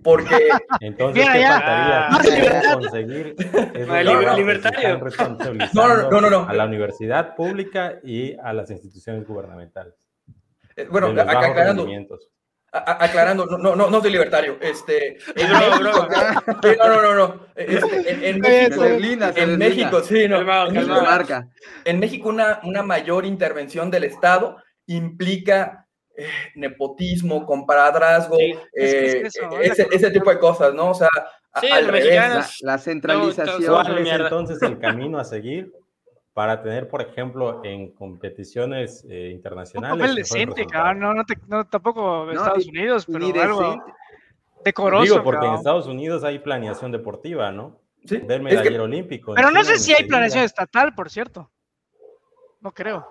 Porque entonces, ¿qué faltaría? Conseguir libertario. No. A la universidad pública y a las instituciones gubernamentales. Bueno, aclarando, no soy libertario. En México, sí, no. En México una mayor intervención del Estado implica nepotismo, compadrazgo, ese tipo de cosas, ¿no? O sea, al revés. La centralización. ¿Cuál es entonces el camino a seguir para tener, por ejemplo, en competiciones internacionales? Un papel decente, cabrón. No, tampoco Estados Unidos, pero algo decoroso. Digo, porque en Estados Unidos hay planeación deportiva, ¿no? Sí, del medallero olímpico. Pero no sé si hay planeación estatal, por cierto. No creo.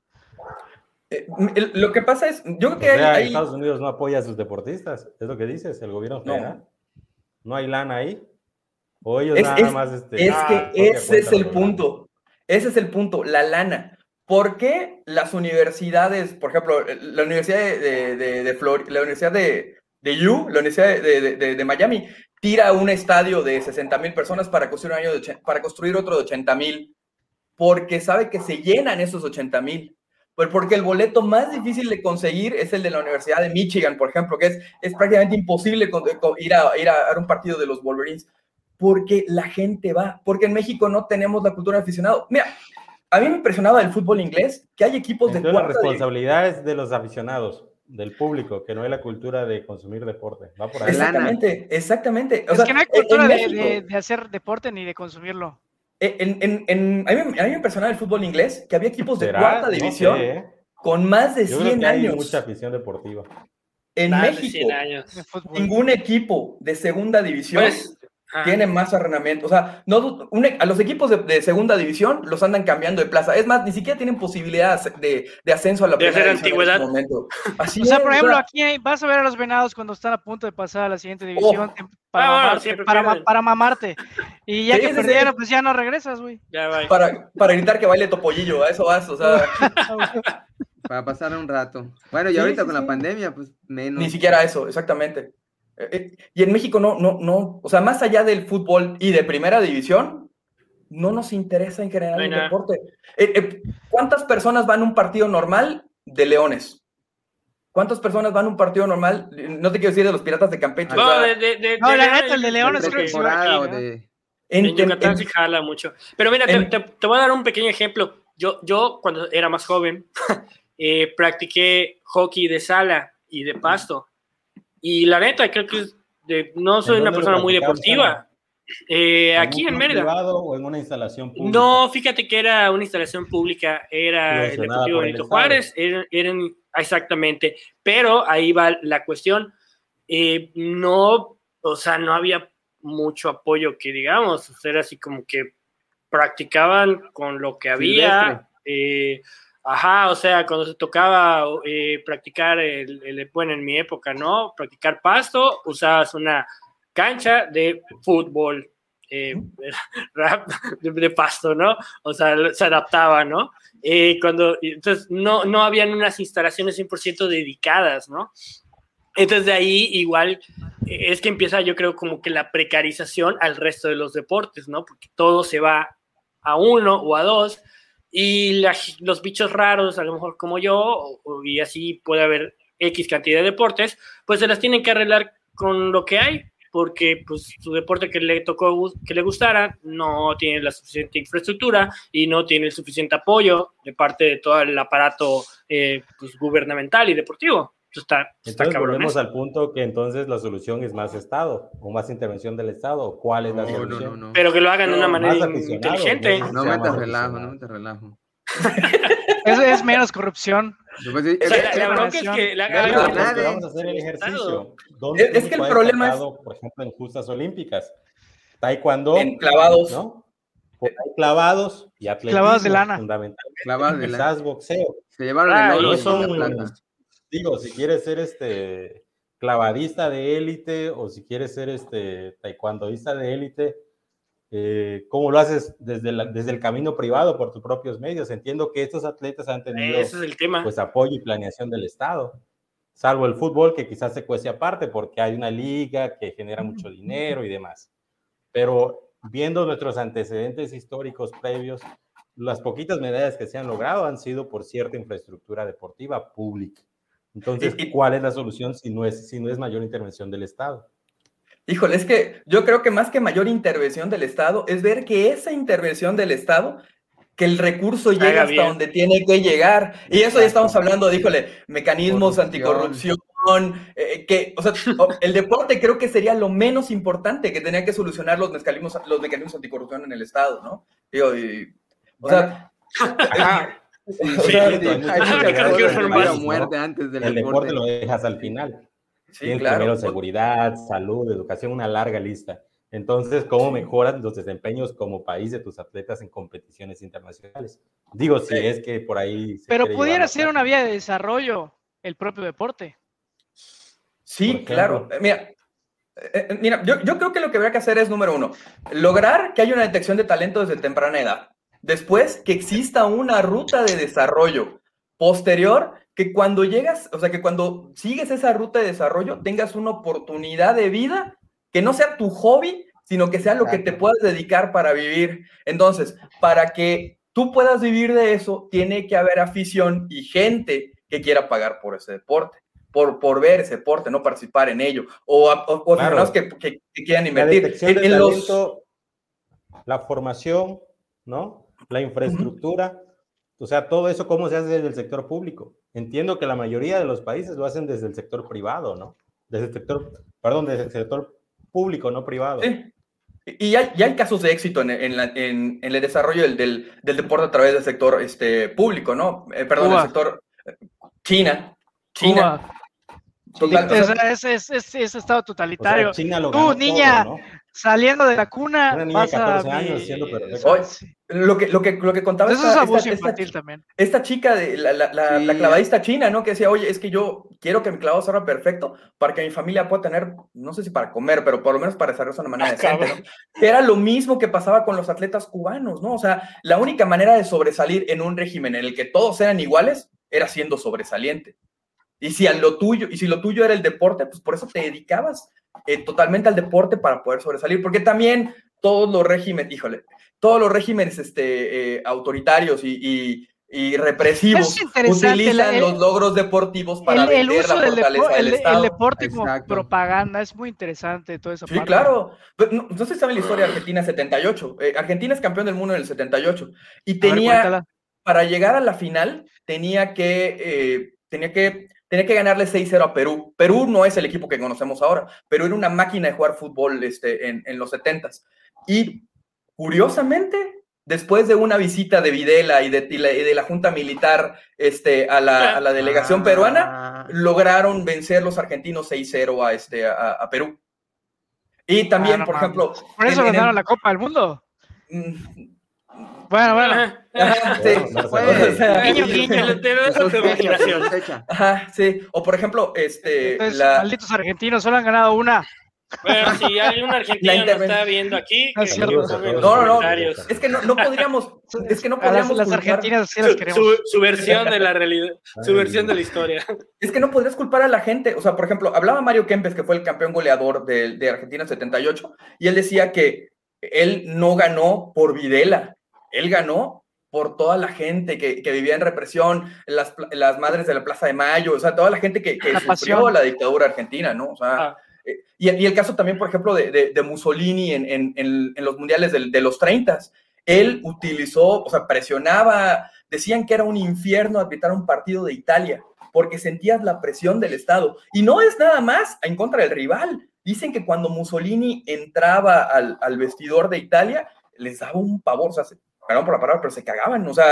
Lo que pasa es, yo creo que hay... Estados Unidos no apoya a sus deportistas, es lo que dices, el gobierno federal. No hay lana ahí. O ellos nada más... es que ese es el punto. Ese es el punto, la lana. ¿Por qué las universidades, por ejemplo, la Universidad la Universidad de Miami, tira un estadio de 60,000 personas para construir otro de 80,000? Porque sabe que se llenan esos 80,000. Pues porque el boleto más difícil de conseguir es el de la Universidad de Michigan, por ejemplo, que es prácticamente imposible ir a un partido de los Wolverines, porque la gente va, porque en México no tenemos la cultura de aficionado. Mira, a mí me impresionaba del fútbol inglés, que hay equipos de cuarta. La responsabilidad es de los aficionados, del público, que no hay la cultura de consumir deporte. Va por ahí. Exactamente. Es que no hay cultura de hacer deporte ni de consumirlo. A mí me impresionaba el fútbol inglés, que había equipos de cuarta división con más de 100 años. Hay mucha afición deportiva. En México, ningún equipo de segunda división tiene más arrendamiento. O sea, a los equipos de segunda división los andan cambiando de plaza. Es más, ni siquiera tienen posibilidad de ascenso a la primera división en este momento. Así por ejemplo, aquí vas a ver a los Venados cuando están a punto de pasar a la siguiente división para mamarte. Y ya que perdieron, pues ya no regresas, güey. Para gritar que baile Topollillo, a eso vas, o sea. Para pasar un rato. Bueno, y ahorita con la pandemia, pues menos. Ni siquiera eso, exactamente. Y en México no, o sea, más allá del fútbol y de primera división, no nos interesa en general el deporte. ¿Cuántas personas van a un partido normal de Leones? ¿Cuántas personas van a un partido normal? No te quiero decir de los Piratas de Campeche. No, la neta, el de Leones creo que sí va aquí, en Yucatán sí jala mucho. Pero mira, te voy a dar un pequeño ejemplo. Yo cuando era más joven, practiqué hockey de sala y de pasto. Y la neta, creo que no soy una persona muy deportiva. Aquí en Mérida. ¿Privado o en una instalación pública? No, fíjate que era una instalación pública, era el Deportivo Benito Juárez, eran exactamente. Pero ahí va la cuestión. No había mucho apoyo que digamos, era así como que practicaban con lo que había. O sea, cuando se tocaba practicar bueno, en mi época, ¿no? Practicar pasto, usabas una cancha de fútbol, de pasto, ¿no? O sea, se adaptaba, ¿no? Entonces, no habían unas instalaciones 100% dedicadas, ¿no? Entonces, de ahí igual es que empieza, yo creo, como que la precarización al resto de los deportes, ¿no? Porque todo se va a uno o a dos, y los bichos raros, a lo mejor como yo, y así puede haber X cantidad de deportes, pues se las tienen que arreglar con lo que hay, porque pues su deporte que le tocó, que le gustara, no tiene la suficiente infraestructura y no tiene el suficiente apoyo de parte de todo el aparato pues, gubernamental y deportivo. Entonces volvemos al punto que entonces la solución es más Estado o más intervención del Estado. ¿Cuál es la solución? No. Pero que lo hagan de una manera inteligente. No metas relajo. Eso es menos corrupción. La bronca es que vamos a hacer el ejercicio. Es que el problema es, por ejemplo, en justas olímpicas, taekwondo, en clavados, ¿no? Hay clavados y atletismo, clavados de lana, fundamentalmente. Clavados de lana. Boxeo. Se llevaron el oro y son plata. Digo, si quieres ser clavadista de élite o si quieres ser taekwondoísta de élite, ¿cómo lo haces desde el camino privado por tus propios medios? Entiendo que estos atletas han tenido ese es el tema. Pues, apoyo y planeación del Estado. salvo el fútbol que quizás se cuece aparte porque hay una liga que genera mucho dinero y demás. Pero viendo nuestros antecedentes históricos previos, las poquitas medallas que se han logrado han sido por cierta infraestructura deportiva pública. Entonces, ¿cuál es la solución si no es mayor intervención del Estado? Híjole, es que yo creo que más que mayor intervención del Estado es ver que esa intervención del Estado, que el recurso llega hasta donde tiene que llegar. Y eso ya estamos hablando de, híjole, mecanismos anticorrupción, o sea, el deporte creo que sería lo menos importante que tenía que solucionar los mecanismos anticorrupción en el Estado, ¿no? Digo, o sea... muerte antes del el deporte lo dejas al final. Sí, claro. Primero seguridad, salud, educación, una larga lista. Entonces, ¿cómo mejoran los desempeños como país de tus atletas en competiciones internacionales? Digo, si es que por ahí... Pero pudiera ser una vía de desarrollo el propio deporte. Sí, claro. Mira, yo creo que lo que habría que hacer es, número uno, lograr que haya una detección de talento desde temprana edad. Después, que exista una ruta de desarrollo posterior, que cuando llegas, o sea, que cuando sigues esa ruta de desarrollo, tengas una oportunidad de vida que no sea tu hobby, sino que sea lo que te puedas dedicar para vivir. Entonces, para que tú puedas vivir de eso, tiene que haber afición y gente que quiera pagar por ese deporte, por ver ese deporte, no participar en ello, o aficionados que quieran invertir. La detección de talento, la formación, ¿no? La infraestructura, o sea, todo eso, ¿cómo se hace desde el sector público? Entiendo que la mayoría de los países lo hacen desde el sector privado, ¿no? Desde el sector público, no privado. Sí. Y ya hay casos de éxito en el desarrollo del deporte a través del sector público, ¿no? Perdón, el sector China. Total, es estado totalitario. O sea, China lo ganó niña, todo, ¿no? Saliendo de la cuna, una niña de 14 años siendo perfecto. Lo que contaba eso es abuso infantil también. Esta chica, la clavadista china, ¿no? Que decía, oye, es que yo quiero que mi clavado salga perfecto para que mi familia pueda tener, no sé si para comer, pero por lo menos para desarrollarse de una manera decente, ¿no? Que era lo mismo que pasaba con los atletas cubanos, ¿no? O sea, la única manera de sobresalir en un régimen en el que todos eran iguales era siendo sobresaliente. Y si lo tuyo era el deporte, pues por eso te dedicabas totalmente al deporte para poder sobresalir, porque también todos los regímenes autoritarios y represivos utilizan los logros deportivos para vender la fortaleza del Estado. El deporte como propaganda es muy interesante, toda esa parte. Sí, claro. No sé si saben la historia de Argentina 78. Argentina es campeón del mundo en el 78 y para llegar a la final tenía que ganarle 6-0 a Perú. Perú no es el equipo que conocemos ahora. Perú era una máquina de jugar fútbol en los 70s. Y curiosamente, después de una visita de Videla y de la Junta Militar a la delegación peruana, lograron vencer los argentinos 6-0 a Perú. Y también, por ejemplo... ¿Por eso ganaron la Copa del Mundo? Bueno. Sí. O por ejemplo, malditos argentinos solo han ganado una. Bueno, si hay un argentino que está viendo aquí, no. Es que no podríamos. Las argentinas sí las queremos. Su versión de la realidad, su versión de la historia. Es que no podrías culpar a la gente. O sea, por ejemplo, hablaba Mario Kempes, que fue el campeón goleador de Argentina 78, y él decía que él no ganó por Videla. Él ganó por toda la gente que vivía en represión, las madres de la Plaza de Mayo, o sea, toda la gente que sufrió la dictadura argentina, ¿no? O sea, y el caso también, por ejemplo, de Mussolini en los mundiales de los 30s. Él utilizó, o sea, presionaba, decían que era un infierno arbitrar un partido de Italia, porque sentías la presión del Estado. Y no es nada más en contra del rival. Dicen que cuando Mussolini entraba al vestidor de Italia, les daba un pavor, o sea, perdón por la palabra, pero se cagaban, o sea,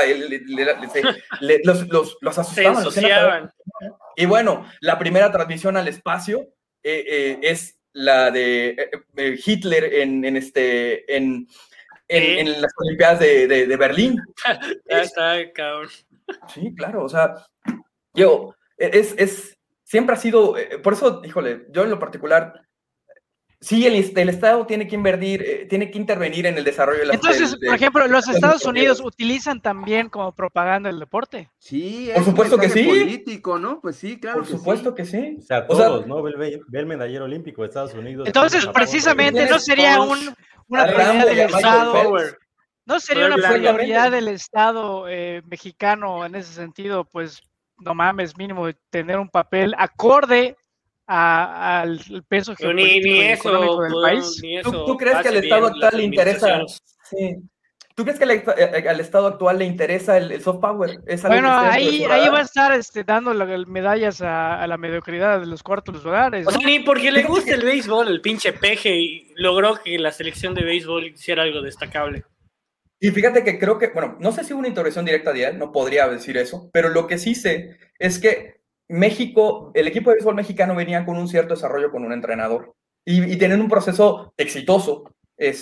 los asustaban. Se ensuciaban. Y bueno, la primera transmisión al espacio es la de Hitler en las Olimpiadas de Berlín. Ya está, cabrón. Sí, claro, o sea, siempre ha sido, por eso, híjole, yo en lo particular Sí, el Estado tiene que invertir, tiene que intervenir en el desarrollo de la. Entonces, por ejemplo, los Estados Unidos utilizan también como propaganda el deporte. Sí, por supuesto que sí. Político, ¿no? Pues sí, claro. Por supuesto que sí. O sea, todos, ¿no? Ve el medallero olímpico de Estados Unidos. Entonces, precisamente, no sería una prioridad del Estado. No sería una prioridad del Estado mexicano en ese sentido, pues, no mames, mínimo tener un papel acorde al peso geopolítico y económico del país. ¿Tú crees que al Estado actual le interesa? Sí. ¿Tú crees que al Estado actual le interesa el soft power? Bueno, ahí va a estar dando medallas a la mediocridad de los cuartos lugares, ¿no? O sea, ni porque le gusta el béisbol, el pinche peje, y logró que la selección de béisbol hiciera algo destacable. Y fíjate que creo que, bueno, no sé si hubo una intervención directa de él, no podría decir eso, pero lo que sí sé es que México, el equipo de béisbol mexicano venía con un cierto desarrollo con un entrenador y tienen un proceso exitoso,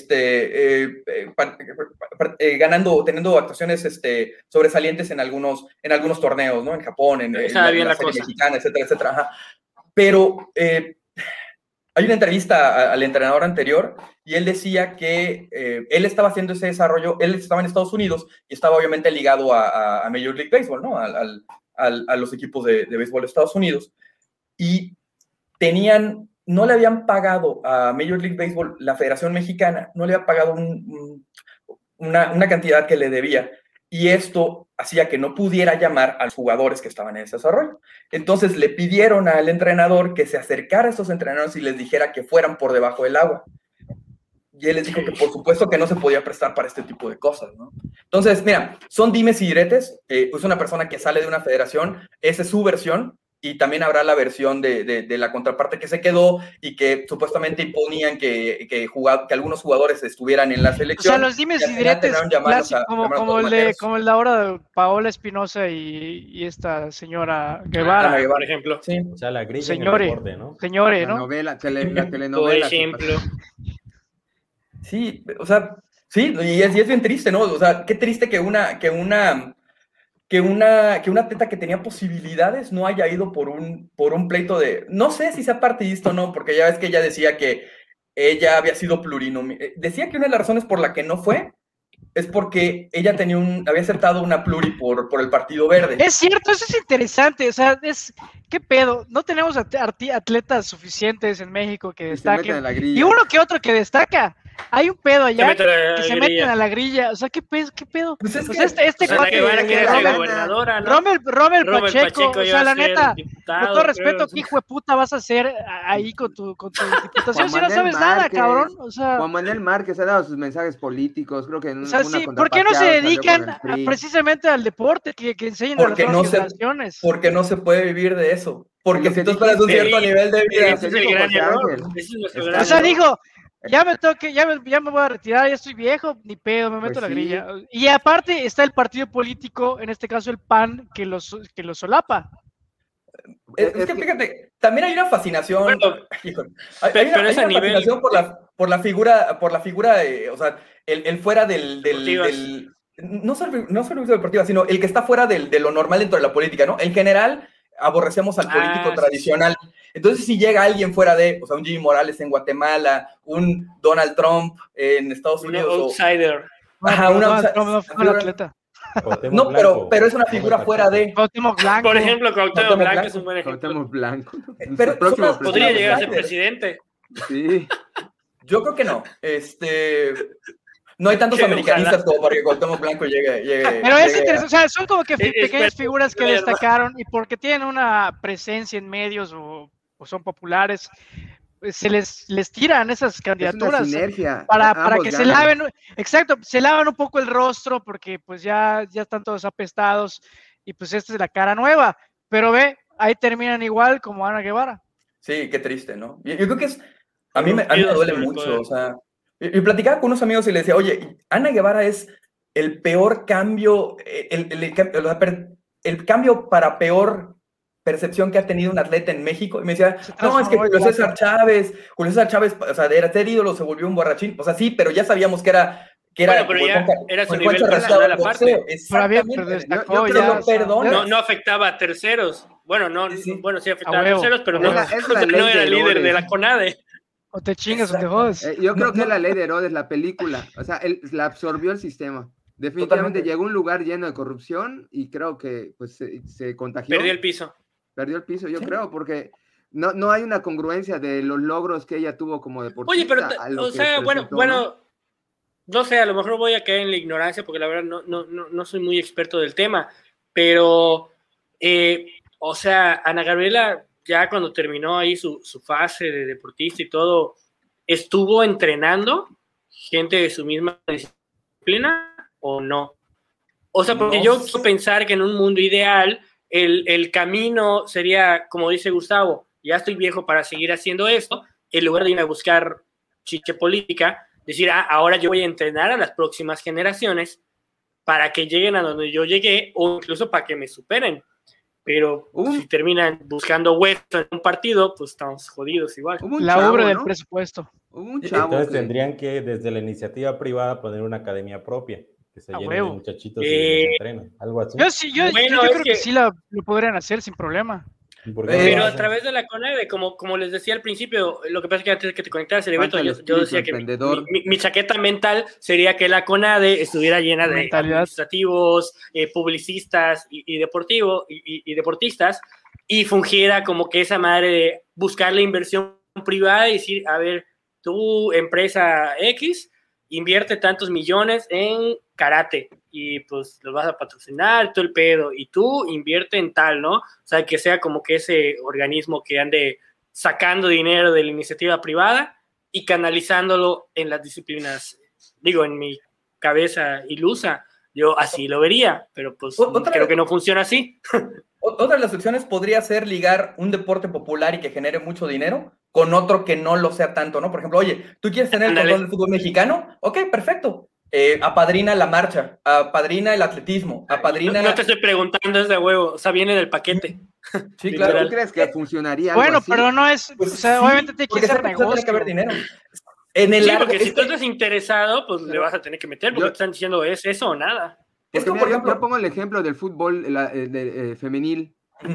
teniendo actuaciones sobresalientes en algunos torneos, ¿no? En Japón, en la serie mexicana, etcétera, etcétera. Ajá. Pero hay una entrevista al entrenador anterior y él decía que él estaba haciendo ese desarrollo, él estaba en Estados Unidos y estaba obviamente ligado a Major League Baseball, ¿no? A los equipos de béisbol de Estados Unidos, y no le habían pagado a Major League Baseball, la Federación Mexicana, no le había pagado una cantidad que le debía, y esto hacía que no pudiera llamar a los jugadores que estaban en ese desarrollo. Entonces le pidieron al entrenador que se acercara a estos entrenadores y les dijera que fueran por debajo del agua. Y él les dijo que por supuesto que no se podía prestar para este tipo de cosas, ¿no? Entonces, mira, son dimes y diretes. Pues una persona que sale de una federación, esa es su versión, y también habrá la versión de la contraparte que se quedó y que supuestamente imponían que algunos jugadores estuvieran en la selección. O sea, los dimes y diretes clásicos, como el de ahora de Paola Espinosa y esta señora Guevara, por ejemplo. Sí. O sea, la grilla señores, en el deporte, ¿no? Señores, ¿no? La telenovela. Por ejemplo. Sí, o sea, sí, y es bien triste, ¿no? O sea, qué triste que una atleta que tenía posibilidades no haya ido por un pleito de, no sé si sea partidista o no, porque ya ves que ella decía que ella había sido plurinominal. Decía que una de las razones por la que no fue es porque ella había aceptado una pluri por el Partido Verde. Es cierto, eso es interesante, o sea, ¿qué pedo? No tenemos atletas suficientes en México que destaquen, y uno que otro que destaca. Hay un pedo allá que se meten a la grilla. O sea, ¿qué pedo? Pues es que cuate Rommel Pacheco, o sea, la neta, con todo respeto, ¿qué hijo de puta vas a hacer ahí con tu diputación si no sabes nada, cabrón? O sea, Juan Manuel Márquez ha dado sus mensajes políticos, creo que ¿por qué no se dedican precisamente al deporte que enseñan a las nuevas generaciones? Porque no se puede vivir de eso. Porque si tú esperas un cierto nivel de vida, ese es el gran error. O sea, dijo, ya me voy a retirar, ya estoy viejo, ni pedo, me meto a la grilla. Y aparte está el partido político, en este caso el PAN, que los solapa. Es que fíjate, también hay una fascinación. Bueno, hay una fascinación por la figura, o sea, el fuera del no solo deportiva, sino el que está fuera de lo normal dentro de la política, ¿no? En general, aborrecemos al político tradicional. Entonces, si llega alguien fuera o sea, un Jimmy Morales en Guatemala, un Donald Trump en Estados Unidos. Un outsider. Un atleta. No, pero es una figura fuera de. Cuauhtémoc Blanco. Por ejemplo, Cuauhtémoc Blanco es un buen ejemplo. Cuauhtémoc Blanco. Pero podría llegar a ser presidente. Sí. Yo creo que no. No hay tantos americanistas como para que Cuauhtémoc Blanco llegue. Pero es interesante, o sea, son como que pequeñas figuras que destacaron y porque tienen una presencia en medios o son populares, se les tiran esas candidaturas para que se laven, exacto, se lavan un poco el rostro porque pues ya están todos apestados y pues esta es la cara nueva, pero ahí terminan igual como Ana Guevara. Sí, qué triste, ¿no? Yo creo que a mí me duele mucho, o sea, y platicaba con unos amigos y les decía, oye, Ana Guevara es el peor cambio, el cambio para peor percepción que ha tenido un atleta en México. Y me decía, no, es que Julio César Chávez, o sea, era ser ídolo, se volvió un borrachín. O sea, sí, pero ya sabíamos que era bueno, pero ya era su nivel personal aparte. Exactamente. No afectaba a terceros. Bueno, sí afectaba a terceros, pero no era líder de la CONADE. O te chingas o te jodes. Yo creo que la ley de Herodes, la película, o sea, la absorbió el sistema. Definitivamente Totalmente. llegó a un lugar lleno de corrupción y creo que pues se contagió. Perdió el piso. Perdió el piso, yo creo, porque no hay una congruencia de los logros que ella tuvo como deportista. Oye, pero, o sea, bueno, no sé, a lo mejor voy a caer en la ignorancia porque la verdad no soy muy experto del tema, pero, o sea, Ana Gabriela ya cuando terminó ahí su fase de deportista y todo, ¿estuvo entrenando gente de su misma disciplina o no? O sea, porque yo quiero pensar que en un mundo ideal el camino sería, como dice Gustavo, ya estoy viejo para seguir haciendo esto, en lugar de ir a buscar chiche política, decir, ahora yo voy a entrenar a las próximas generaciones para que lleguen a donde yo llegué o incluso para que me superen. Pero si terminan buscando hueso en un partido, pues estamos jodidos igual. La obra del presupuesto. Entonces tendrían que desde la iniciativa privada poner una academia propia, que se llene de muchachitos y los entrenen, algo así. Yo creo que sí lo podrían hacer sin problema. Pero a través de la CONADE, como les decía al principio, lo que pasa es que antes de que te conectaras el evento, yo decía que mi chaqueta mental sería que la CONADE estuviera llena de administrativos, publicistas y deportistas, y fungiera como que esa madre de buscar la inversión privada y decir, a ver, tú, empresa X, invierte tantos millones en karate y pues los vas a patrocinar, todo el pedo, y tú invierte en tal, ¿no? O sea, que sea como que ese organismo que ande sacando dinero de la iniciativa privada y canalizándolo en las disciplinas. Digo, en mi cabeza ilusa, yo así lo vería, pero pues creo que no funciona así. Otra de las opciones podría ser ligar un deporte popular y que genere mucho dinero con otro que no lo sea tanto, ¿no? Por ejemplo, oye, ¿tú quieres tener el control del fútbol mexicano? Ok, perfecto. Apadrina la marcha, apadrina el atletismo, apadrina... No te estoy preguntando, es de huevo, o sea, viene del paquete. Sí, claro. ¿Tú crees que funcionaría algo así? Pero no es... Pues o sea, sí, obviamente tiene que ser negocio. Tiene que haber dinero. Porque si tú estás interesado, pues le vas a tener que meter, porque te están diciendo es eso o nada. Yo pongo el ejemplo del fútbol femenil.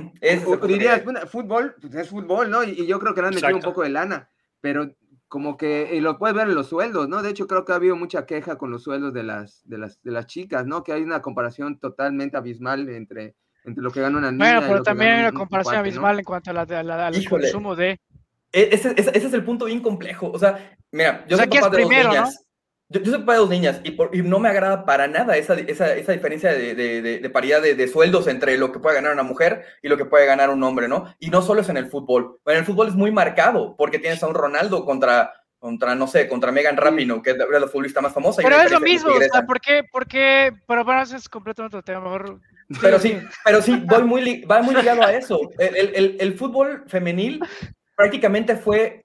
Dirías, bueno, fútbol, pues es fútbol, ¿no? Y yo creo que le han metido un poco de lana, pero como que lo puedes ver en los sueldos, ¿no? De hecho, creo que ha habido mucha queja con los sueldos de las chicas, ¿no? Que hay una comparación totalmente abismal entre lo que gana una niña. Bueno, pero también hay una comparación abismal, ¿no? En cuanto al consumo de... Ese es el punto bien complejo. O sea, mira, yo soy papá de dos niñas. ¿No? Yo soy papá de dos niñas y no me agrada para nada esa diferencia de paridad de sueldos entre lo que puede ganar una mujer y lo que puede ganar un hombre, ¿no? Y no solo es en el fútbol. En el fútbol es muy marcado porque tienes a un Ronaldo contra Megan Rapinoe, que es la futbolista más famosa. Pero es lo mismo, o sea, ¿por qué? Pero bueno, eso es completamente otro tema, mejor... Pero sí, va muy ligado a eso. El fútbol femenil prácticamente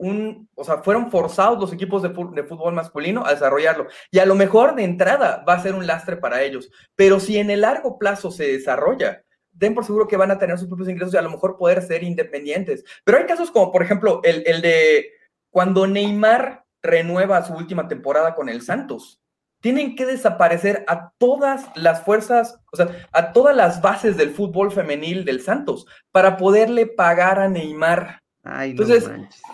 fueron forzados los equipos de fútbol masculino a desarrollarlo. Y a lo mejor de entrada va a ser un lastre para ellos. Pero si en el largo plazo se desarrolla, den por seguro que van a tener sus propios ingresos y a lo mejor poder ser independientes. Pero hay casos como, por ejemplo, el de cuando Neymar renueva su última temporada con el Santos. Tienen que desaparecer a todas las fuerzas, o sea, a todas las bases del fútbol femenil del Santos para poderle pagar a Neymar. Ay, entonces,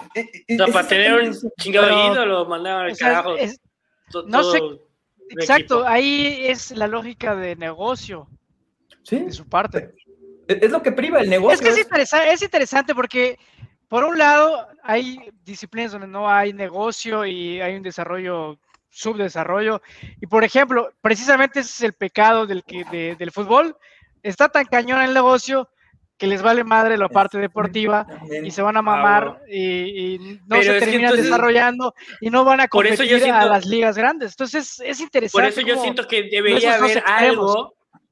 para tener un chingado ídolo, mandaban al carajo. No sé, exacto, ahí es la lógica de negocio. Sí. De su parte. Es lo que priva el negocio. Es interesante porque, por un lado, hay disciplinas donde no hay negocio y hay un desarrollo, subdesarrollo. Y, por ejemplo, precisamente ese es el pecado del fútbol. Está tan cañón el negocio que les vale madre la parte deportiva y se van a mamar y no se terminan desarrollando y no van a competir a las ligas grandes. Entonces es interesante. Por eso yo siento que debería haber algo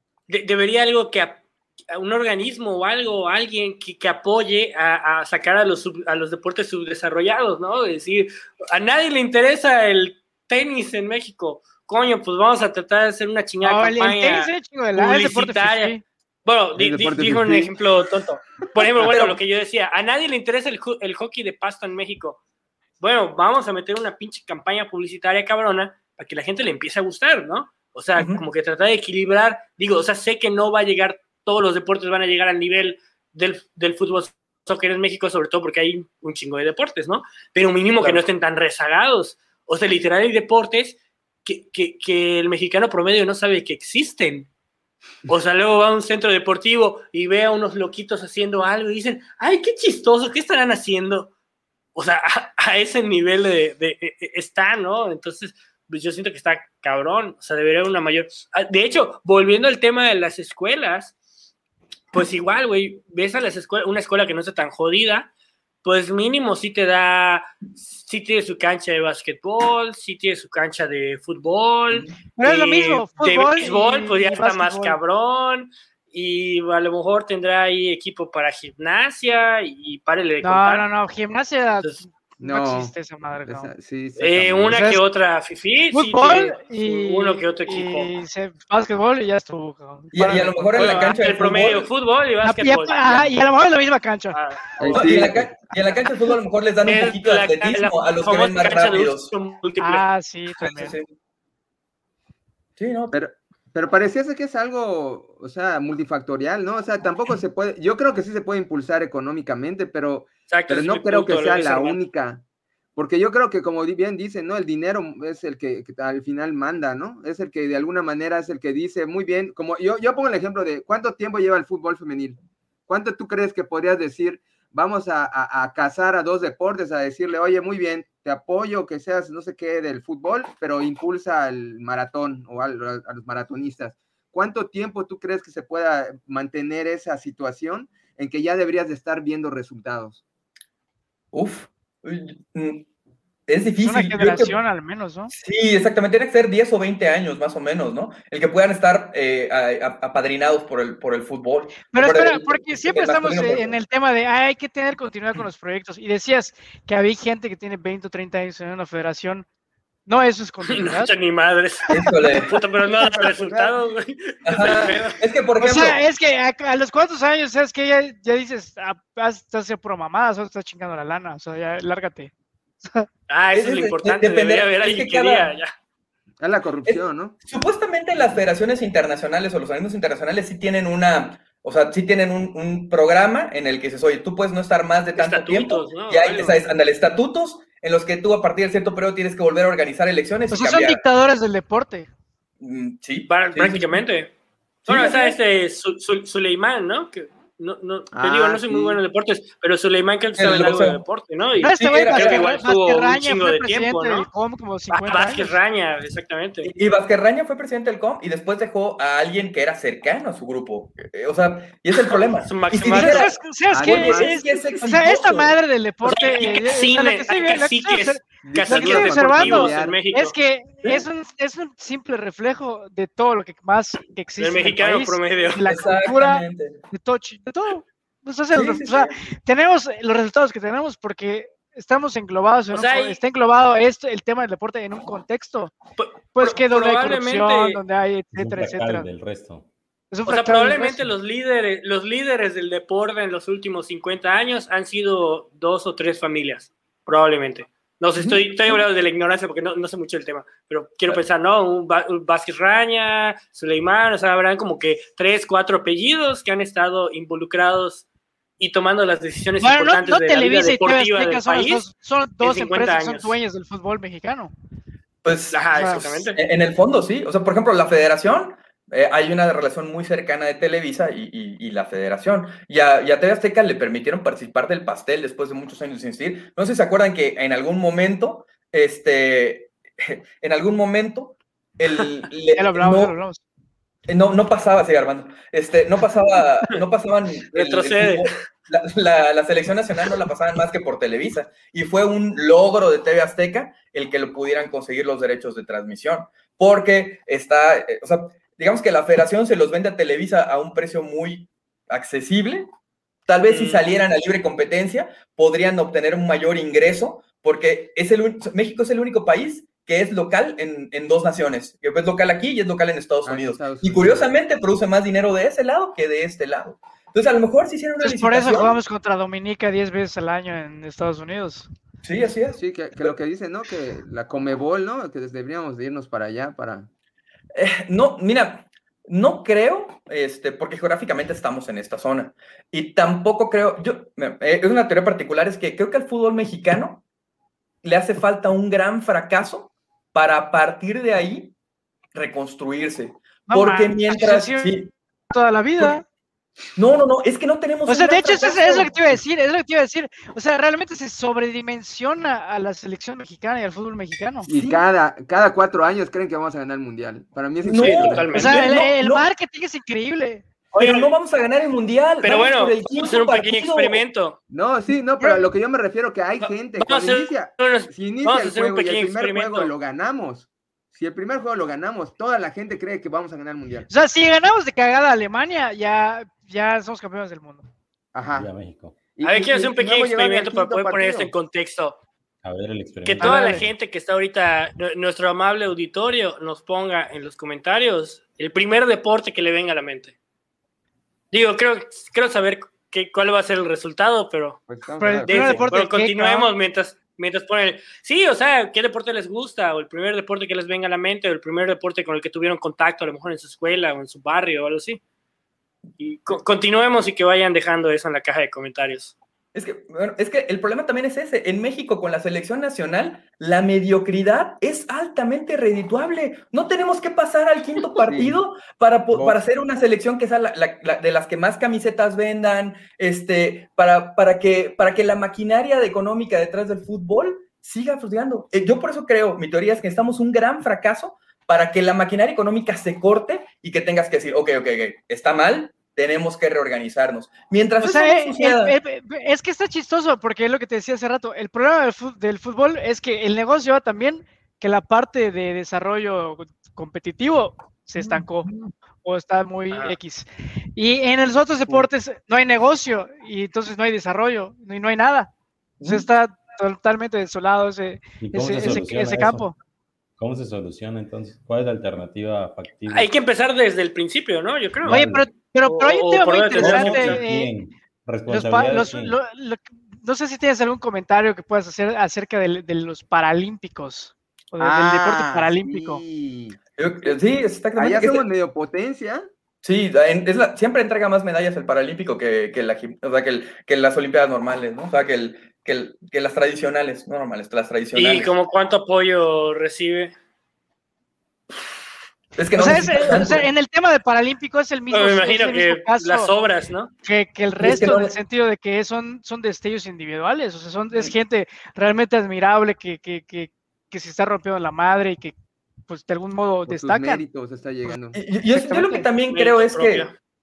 que un organismo o algo, alguien que apoye a sacar a los deportes subdesarrollados, ¿no? Es decir, a nadie le interesa el tenis en México. Coño, pues vamos a tratar de hacer una chingada campaña publicitaria. Bueno, dijo un ejemplo tonto. Por ejemplo, lo que yo decía, a nadie le interesa el hockey de pasto en México. Bueno, vamos a meter una pinche campaña publicitaria cabrona para que la gente le empiece a gustar, ¿no? O sea, como que tratar de equilibrar. Digo, o sea, sé que no va a llegar, todos los deportes van a llegar al nivel del fútbol soccer en México, sobre todo porque hay un chingo de deportes, ¿no? Pero mínimo que no estén tan rezagados. O sea, literal hay deportes que el mexicano promedio no sabe que existen. O sea, luego va a un centro deportivo y ve a unos loquitos haciendo algo y dicen, ¡ay, qué chistoso! ¿Qué estarán haciendo? O sea, a ese nivel está, ¿no? Entonces, pues yo siento que está cabrón. O sea, debería haber una mayor... De hecho, volviendo al tema de las escuelas, pues igual, güey, ves a una escuela que no está tan jodida, pues mínimo sí tiene su cancha de básquetbol, sí tiene su cancha de fútbol. Pero es lo mismo, fútbol de béisbol, pues ya está básquetbol. Más cabrón. Y a lo mejor tendrá ahí equipo para gimnasia y párele de contar. No, gimnasia Entonces, no existe esa madre. No. Sí, una que otra fifí, fútbol sí, uno que otro equipo. Y básquetbol y ya estuvo. Y a lo mejor en la cancha el promedio, fútbol y básquetbol. Y a lo mejor es la misma cancha. Y en la cancha de fútbol a lo mejor les dan un poquito de atletismo a los que ven más rápidos. Sí, también. Sí, no. Pero pareciese que es algo, o sea, multifactorial, ¿no? O sea, tampoco se puede, yo creo que sí se puede impulsar económicamente, pero no creo que sea la única, porque yo creo que, como bien dicen, ¿no? El dinero es el que al final manda, ¿no? Es el que de alguna manera es el que dice, muy bien, como yo pongo el ejemplo de ¿cuánto tiempo lleva el fútbol femenil? ¿Cuánto tú crees que podrías decir, vamos a cazar a dos deportes, a decirle, oye, muy bien, te apoyo que seas no sé qué del fútbol, pero impulsa al maratón o a los maratonistas? ¿Cuánto tiempo tú crees que se pueda mantener esa situación en que ya deberías de estar viendo resultados? Es difícil. Una generación al menos, ¿no? Sí, exactamente. Tiene que ser 10 o 20 años más o menos, ¿no? El que puedan estar apadrinados por el fútbol. Pero espera, porque siempre estamos en el tema de hay que tener continuidad con los proyectos. Y decías que había gente que tiene 20 o 30 años en una federación. No, eso es continuidad. No, ni madres. Puta, pero no da resultados, güey. Es que, por ejemplo... O sea, es que a los cuantos años, ¿sabes que ya dices, estás haciendo puro mamadas, o estás chingando la lana, o sea, ya, lárgate. Eso es lo importante, debería haber alguien que diga, ya. Es la corrupción, ¿no? Supuestamente las federaciones internacionales o los organismos internacionales sí tienen un programa en el que dices, oye, tú puedes no estar más de tanto tiempo, ¿no? Y hay, estatutos en los que tú a partir de cierto periodo tienes que volver a organizar elecciones. O sea, son dictadores del deporte. Sí. Prácticamente. Bueno, está Suleimán, ¿no? Que no soy muy bueno en deportes, pero Suleimán creo que sabe algo de deporte, ¿no? Y este güey creo que igual tuvo un chingo de tiempo, ¿no? Como 50 Vázquez Raña, exactamente. Y Vázquez Raña fue presidente del COM y después dejó a alguien que era cercano a su grupo. O sea, y es el problema. Esta madre del deporte, es que es un simple reflejo de todo lo que más existe el mexicano promedio, de la cultura, de todo. Pues, o sea, tenemos los resultados que tenemos porque estamos englobados está englobado el tema del deporte en un contexto, pues que donde hay corrupción, donde hay etcétera. Del resto. O sea, probablemente los líderes del deporte en los últimos 50 años han sido 2 o 3 familias, probablemente. No sé, estoy hablando de la ignorancia porque no sé mucho del tema, pero quiero pensar, ¿no? Un Vázquez Raña, Suleimán, o sea, habrán como que 3, 4 apellidos que han estado involucrados y tomando las decisiones importantes de la vida deportiva del país. Son dos empresas que son dueñas del fútbol mexicano. Pues, exactamente. En el fondo, sí. O sea, por ejemplo, la federación, hay una relación muy cercana de Televisa y la federación. Y a TV Azteca le permitieron participar del pastel después de muchos años sin existir. No sé si se acuerdan que en algún momento, ya lo hablamos. No pasaba, sí, Armando. No pasaban. Retrocede. La selección nacional no la pasaban más que por Televisa. Y fue un logro de TV Azteca el que lo pudieran conseguir los derechos de transmisión. Porque o sea, digamos que la federación se los vende a Televisa a un precio muy accesible. Tal vez si salieran a libre competencia, podrían obtener un mayor ingreso, porque México es el único país que es local en 2 naciones, que es local aquí y es local en Estados Unidos. Y curiosamente produce más dinero de ese lado que de este lado. Entonces, a lo mejor si hicieron una licitación... Por eso jugamos contra Dominica 10 veces al año en Estados Unidos. Sí, así es. Sí, que lo que dicen, ¿no? Que la Conmebol, ¿no? Que deberíamos de irnos para allá, para... No, mira, No creo, porque geográficamente estamos en esta zona. Y tampoco creo, es una teoría particular, es que creo que al fútbol mexicano le hace falta un gran fracaso para a partir de ahí reconstruirse. Porque mientras... Sí, toda la vida. No, es que no tenemos... O sea, de hecho, eso es lo que te iba a decir, O sea, realmente se sobredimensiona a la selección mexicana y al fútbol mexicano. Y sí. cada 4 años creen que vamos a ganar el Mundial. Para mí es increíble. Totalmente. O sea, el marketing es increíble. Pero no vamos a ganar el Mundial. Pero bueno, vamos a hacer un pequeño experimento. No, pero a lo que yo me refiero que hay gente... Si inicia el juego y el primer juego lo ganamos... Si el primer juego lo ganamos, toda la gente cree que vamos a ganar el Mundial. O sea, si ganamos de cagada a Alemania, ya somos campeones del mundo. Ajá. Ya México. A ver, quiero hacer un pequeño experimento para poder poner esto en contexto. A ver, el experimento. Que toda la gente que está ahorita, nuestro amable auditorio, nos ponga en los comentarios el primer deporte que le venga a la mente. Digo, creo saber cuál va a ser el resultado, pero continuemos mientras ponen, sí, o sea, ¿qué deporte les gusta? O el primer deporte que les venga a la mente, o el primer deporte con el que tuvieron contacto, a lo mejor en su escuela o en su barrio o algo así. Y continuemos y que vayan dejando eso en la caja de comentarios. Es que el problema también es ese. En México, con la selección nacional, la mediocridad es altamente redituable. No tenemos que pasar al quinto partido para hacer una selección que sea de las que más camisetas vendan, para que la maquinaria económica detrás del fútbol siga funcionando. Yo por eso creo, mi teoría es que necesitamos un gran fracaso para que la maquinaria económica se corte y que tengas que decir, ok, está mal, tenemos que reorganizarnos. Mientras es que está chistoso, porque es lo que te decía hace rato, el problema del fútbol es que el negocio va también que la parte de desarrollo competitivo se estancó o está muy X. Y en los otros deportes no hay negocio y entonces no hay desarrollo y no hay nada. Entonces está totalmente desolado ese campo. ¿Cómo se soluciona entonces? ¿Cuál es la alternativa factible? Hay que empezar desde el principio, ¿no? Yo creo. Oye, pero hay un tema muy interesante. No sé si tienes algún comentario que puedas hacer acerca de los paralímpicos o del deporte paralímpico. Sí, exactamente. Allá somos medio potencia. Sí, siempre entrega más medallas el paralímpico que las olimpiadas normales, ¿no? O sea, que las tradicionales, no normales, las tradicionales. ¿Y como cuánto apoyo recibe? Es que no en el tema de paralímpico es el mismo. Me imagino que caso las obras, ¿no? Que el resto, en el sentido de que son destellos individuales, o sea, es gente realmente admirable que se está rompiendo la madre y que pues de algún modo por destacan. Sus méritos está llegando. Yo lo que también creo es que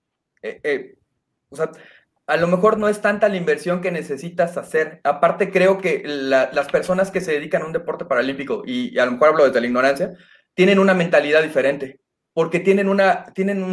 o sea, a lo mejor no es tanta la inversión que necesitas hacer. Aparte, creo que las personas que se dedican a un deporte paralímpico, y a lo mejor hablo desde la ignorancia, tienen una mentalidad diferente, porque tienen una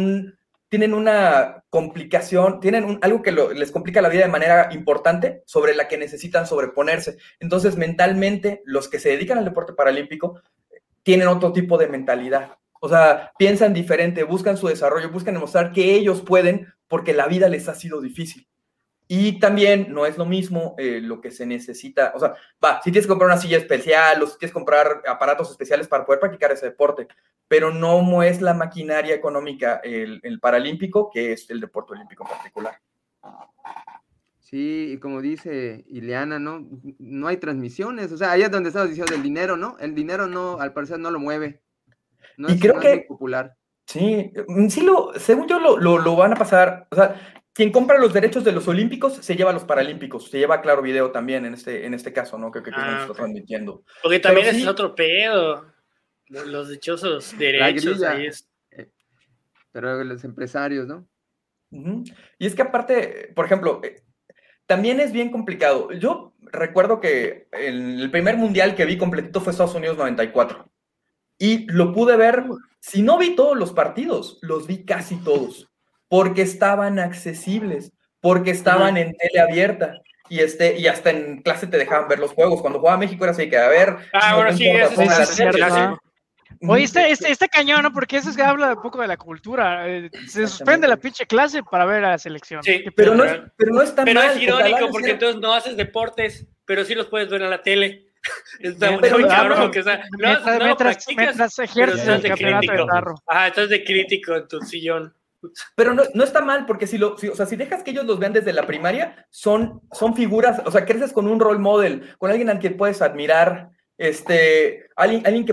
complicación, algo que les complica la vida de manera importante, sobre la que necesitan sobreponerse. Entonces, mentalmente, los que se dedican al deporte paralímpico tienen otro tipo de mentalidad. O sea, piensan diferente, buscan su desarrollo, buscan demostrar que ellos pueden, porque la vida les ha sido difícil. Y también no es lo mismo lo que se necesita. O sea, si tienes que comprar una silla especial o si tienes que comprar aparatos especiales para poder practicar ese deporte, pero no es la maquinaria económica el paralímpico, que es el deporte olímpico en particular. Sí, y como dice Ileana, no hay transmisiones. O sea, allá es donde estamos diciendo del dinero, ¿no? El dinero al parecer no lo mueve. Y creo que es muy popular. Sí, según yo lo van a pasar. O sea, quien compra los derechos de los olímpicos se lleva a los paralímpicos, se lleva a Claro Video también en este caso, ¿no? Que nos está transmitiendo. Porque también es otro pedo. Los dichosos derechos ahí es. Pero los empresarios, ¿no? Y es que aparte, por ejemplo, también es bien complicado. Yo recuerdo que el primer mundial que vi completito fue Estados Unidos 94. Y lo pude ver, si no vi todos los partidos, los vi casi todos. Porque estaban accesibles, porque estaban en tele abierta y hasta en clase te dejaban ver los juegos. Cuando jugaba México era así que, a ver... bueno, sí, eso es cierto. Oye, está cañón, ¿no? Porque eso es que habla un poco de la cultura. Se suspende la pinche clase para ver a la selección. Sí, pero no es tan mal. Pero es irónico porque entonces no haces deportes, pero sí los puedes ver en la tele. Está muy cabrón, que mientras ejerces el campeonato de tarro. Estás de crítico en tu sillón. Pero no está mal, porque si dejas que ellos los vean desde la primaria, son figuras, o sea, creces con un role model, con alguien al que puedes admirar, alguien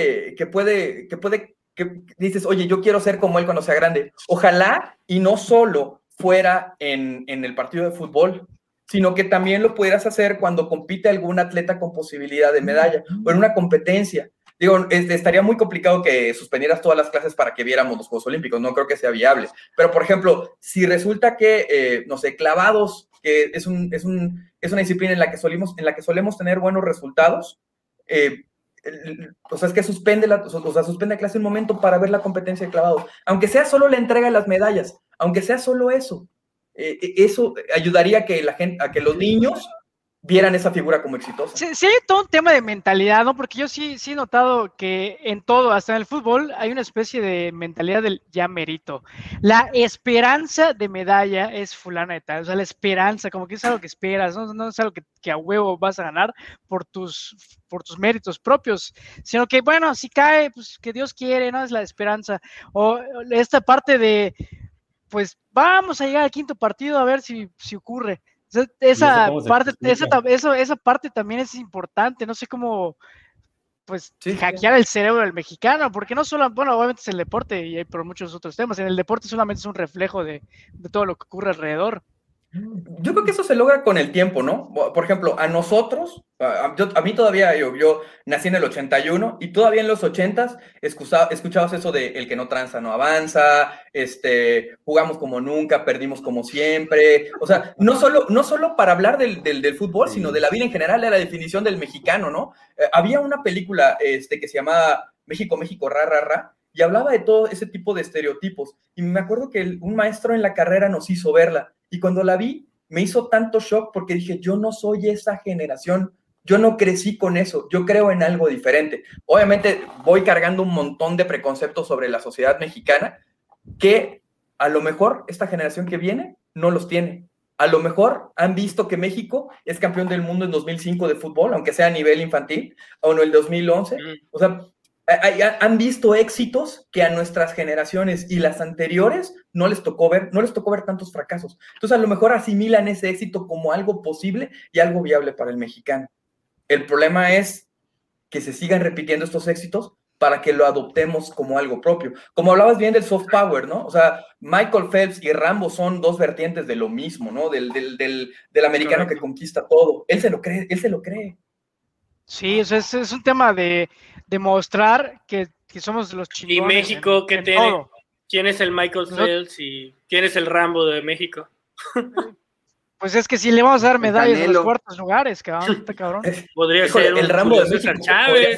que dices, oye, yo quiero ser como él cuando sea grande. Ojalá, y no solo fuera en el partido de fútbol, sino que también lo pudieras hacer cuando compite algún atleta con posibilidad de medalla, o en una competencia. Digo, estaría muy complicado que suspendieras todas las clases para que viéramos los Juegos Olímpicos, no creo que sea viable. Pero, por ejemplo, si resulta que, no sé, clavados, que es una disciplina en la que solemos tener buenos resultados, o sea, es que suspende clase un momento para ver la competencia de clavados. Aunque sea solo la entrega de las medallas, aunque sea solo eso, eso ayudaría a que los niños vieran esa figura como exitosa. Sí, hay todo un tema de mentalidad, ¿no? Porque yo sí he notado que en todo, hasta en el fútbol, hay una especie de mentalidad del ya merito. La esperanza de medalla es fulana de tal, o sea, la esperanza, como que es algo que esperas, no es algo que a huevo vas a ganar por tus méritos propios, sino que, bueno, si cae, pues que Dios quiere, ¿no? Es la esperanza. O esta parte de, pues vamos a llegar al quinto partido a ver si ocurre. Esa parte también es importante, no sé cómo, pues, hackear el cerebro del mexicano, porque no solo, bueno, obviamente es el deporte y hay por muchos otros temas, en el deporte solamente es un reflejo de todo lo que ocurre alrededor. Yo creo que eso se logra con el tiempo, ¿no? Por ejemplo, a nosotros, a mí todavía, yo nací en el 81 y todavía en los 80s escuchabas eso de el que no tranza no avanza, jugamos como nunca, perdimos como siempre. O sea, no solo para hablar del fútbol, sino de la vida en general, de la definición del mexicano, ¿no? Había una película que se llamaba México, México, ra, ra, ra, y hablaba de todo ese tipo de estereotipos. Y me acuerdo que un maestro en la carrera nos hizo verla. Y cuando la vi, me hizo tanto shock porque dije, yo no soy esa generación, yo no crecí con eso, yo creo en algo diferente. Obviamente voy cargando un montón de preconceptos sobre la sociedad mexicana que a lo mejor esta generación que viene no los tiene. A lo mejor han visto que México es campeón del mundo en 2005 de fútbol, aunque sea a nivel infantil, o en el 2011. O sea, han visto éxitos que a nuestras generaciones y las anteriores no les tocó ver tantos fracasos. Entonces a lo mejor asimilan ese éxito como algo posible y algo viable para el mexicano. El problema es que se sigan repitiendo estos éxitos para que lo adoptemos como algo propio. Como hablabas bien del soft power, ¿no? O sea, Michael Phelps y Rambo son dos vertientes de lo mismo, ¿no? Del americano que conquista todo. Él se lo cree. Sí, eso es un tema de demostrar que somos los chingones. Y México, ¿qué tiene? Todo. ¿Quién es el Michael Phelps y quién es el Rambo de México? Pues es que si le vamos a dar medallas en los cuartos lugares, cabrón. Podría ser el Rambo de México. Chávez.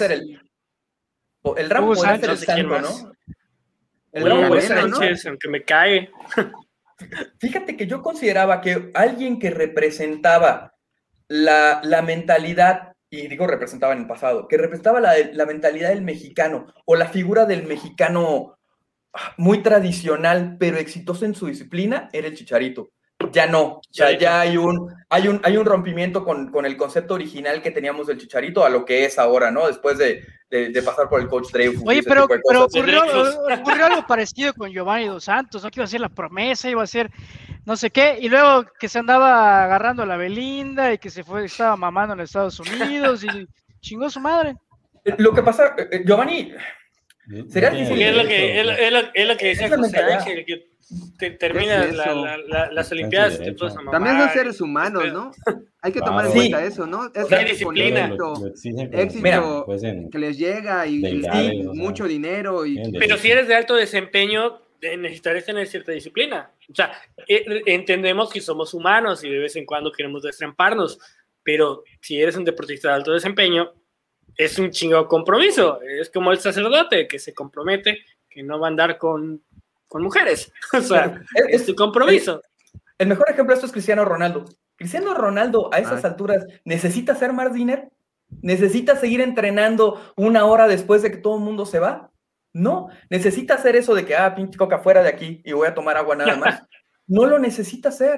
El Rambo podría ser el Santo, ¿no? El Rambo puede ser Sánchez, aunque me cae. Fíjate que yo consideraba que alguien que representaba la mentalidad, y digo representaba en el pasado, que representaba la mentalidad del mexicano o la figura del mexicano muy tradicional pero exitoso en su disciplina, era el Chicharito. Ya no, o sea, ya hay un rompimiento con el concepto original que teníamos del Chicharito a lo que es ahora, ¿no? Después de pasar por el coach Dreyfus. Oye, pero ocurrió algo parecido con Giovanni Dos Santos, ¿no? Que iba a ser la promesa, iba a ser no sé qué, y luego que se andaba agarrando a la Belinda y que estaba mamando en Estados Unidos y chingó su madre. Lo que pasa, Giovanni, sería difícil. Es lo que decía José Ángel, que termina las Olimpiadas. También son seres humanos, ¿no? Hay que tomar en cuenta eso, ¿no? Es una disciplina. Éxito que les llega y mucho dinero. Pero si eres de alto desempeño, necesitarías tener cierta disciplina. O sea, entendemos que somos humanos y de vez en cuando queremos destramparnos, pero si eres un deportista de alto desempeño, es un chingado compromiso. Es como el sacerdote que se compromete que no va a andar con mujeres. O sea, es tu compromiso. El mejor ejemplo de esto es Cristiano Ronaldo. Cristiano Ronaldo a esas alturas necesita hacer más dinero, necesita seguir entrenando 1 hora después de que todo el mundo se va. No, necesita hacer eso de que, pinche coca fuera de aquí y voy a tomar agua nada más. No lo necesita hacer,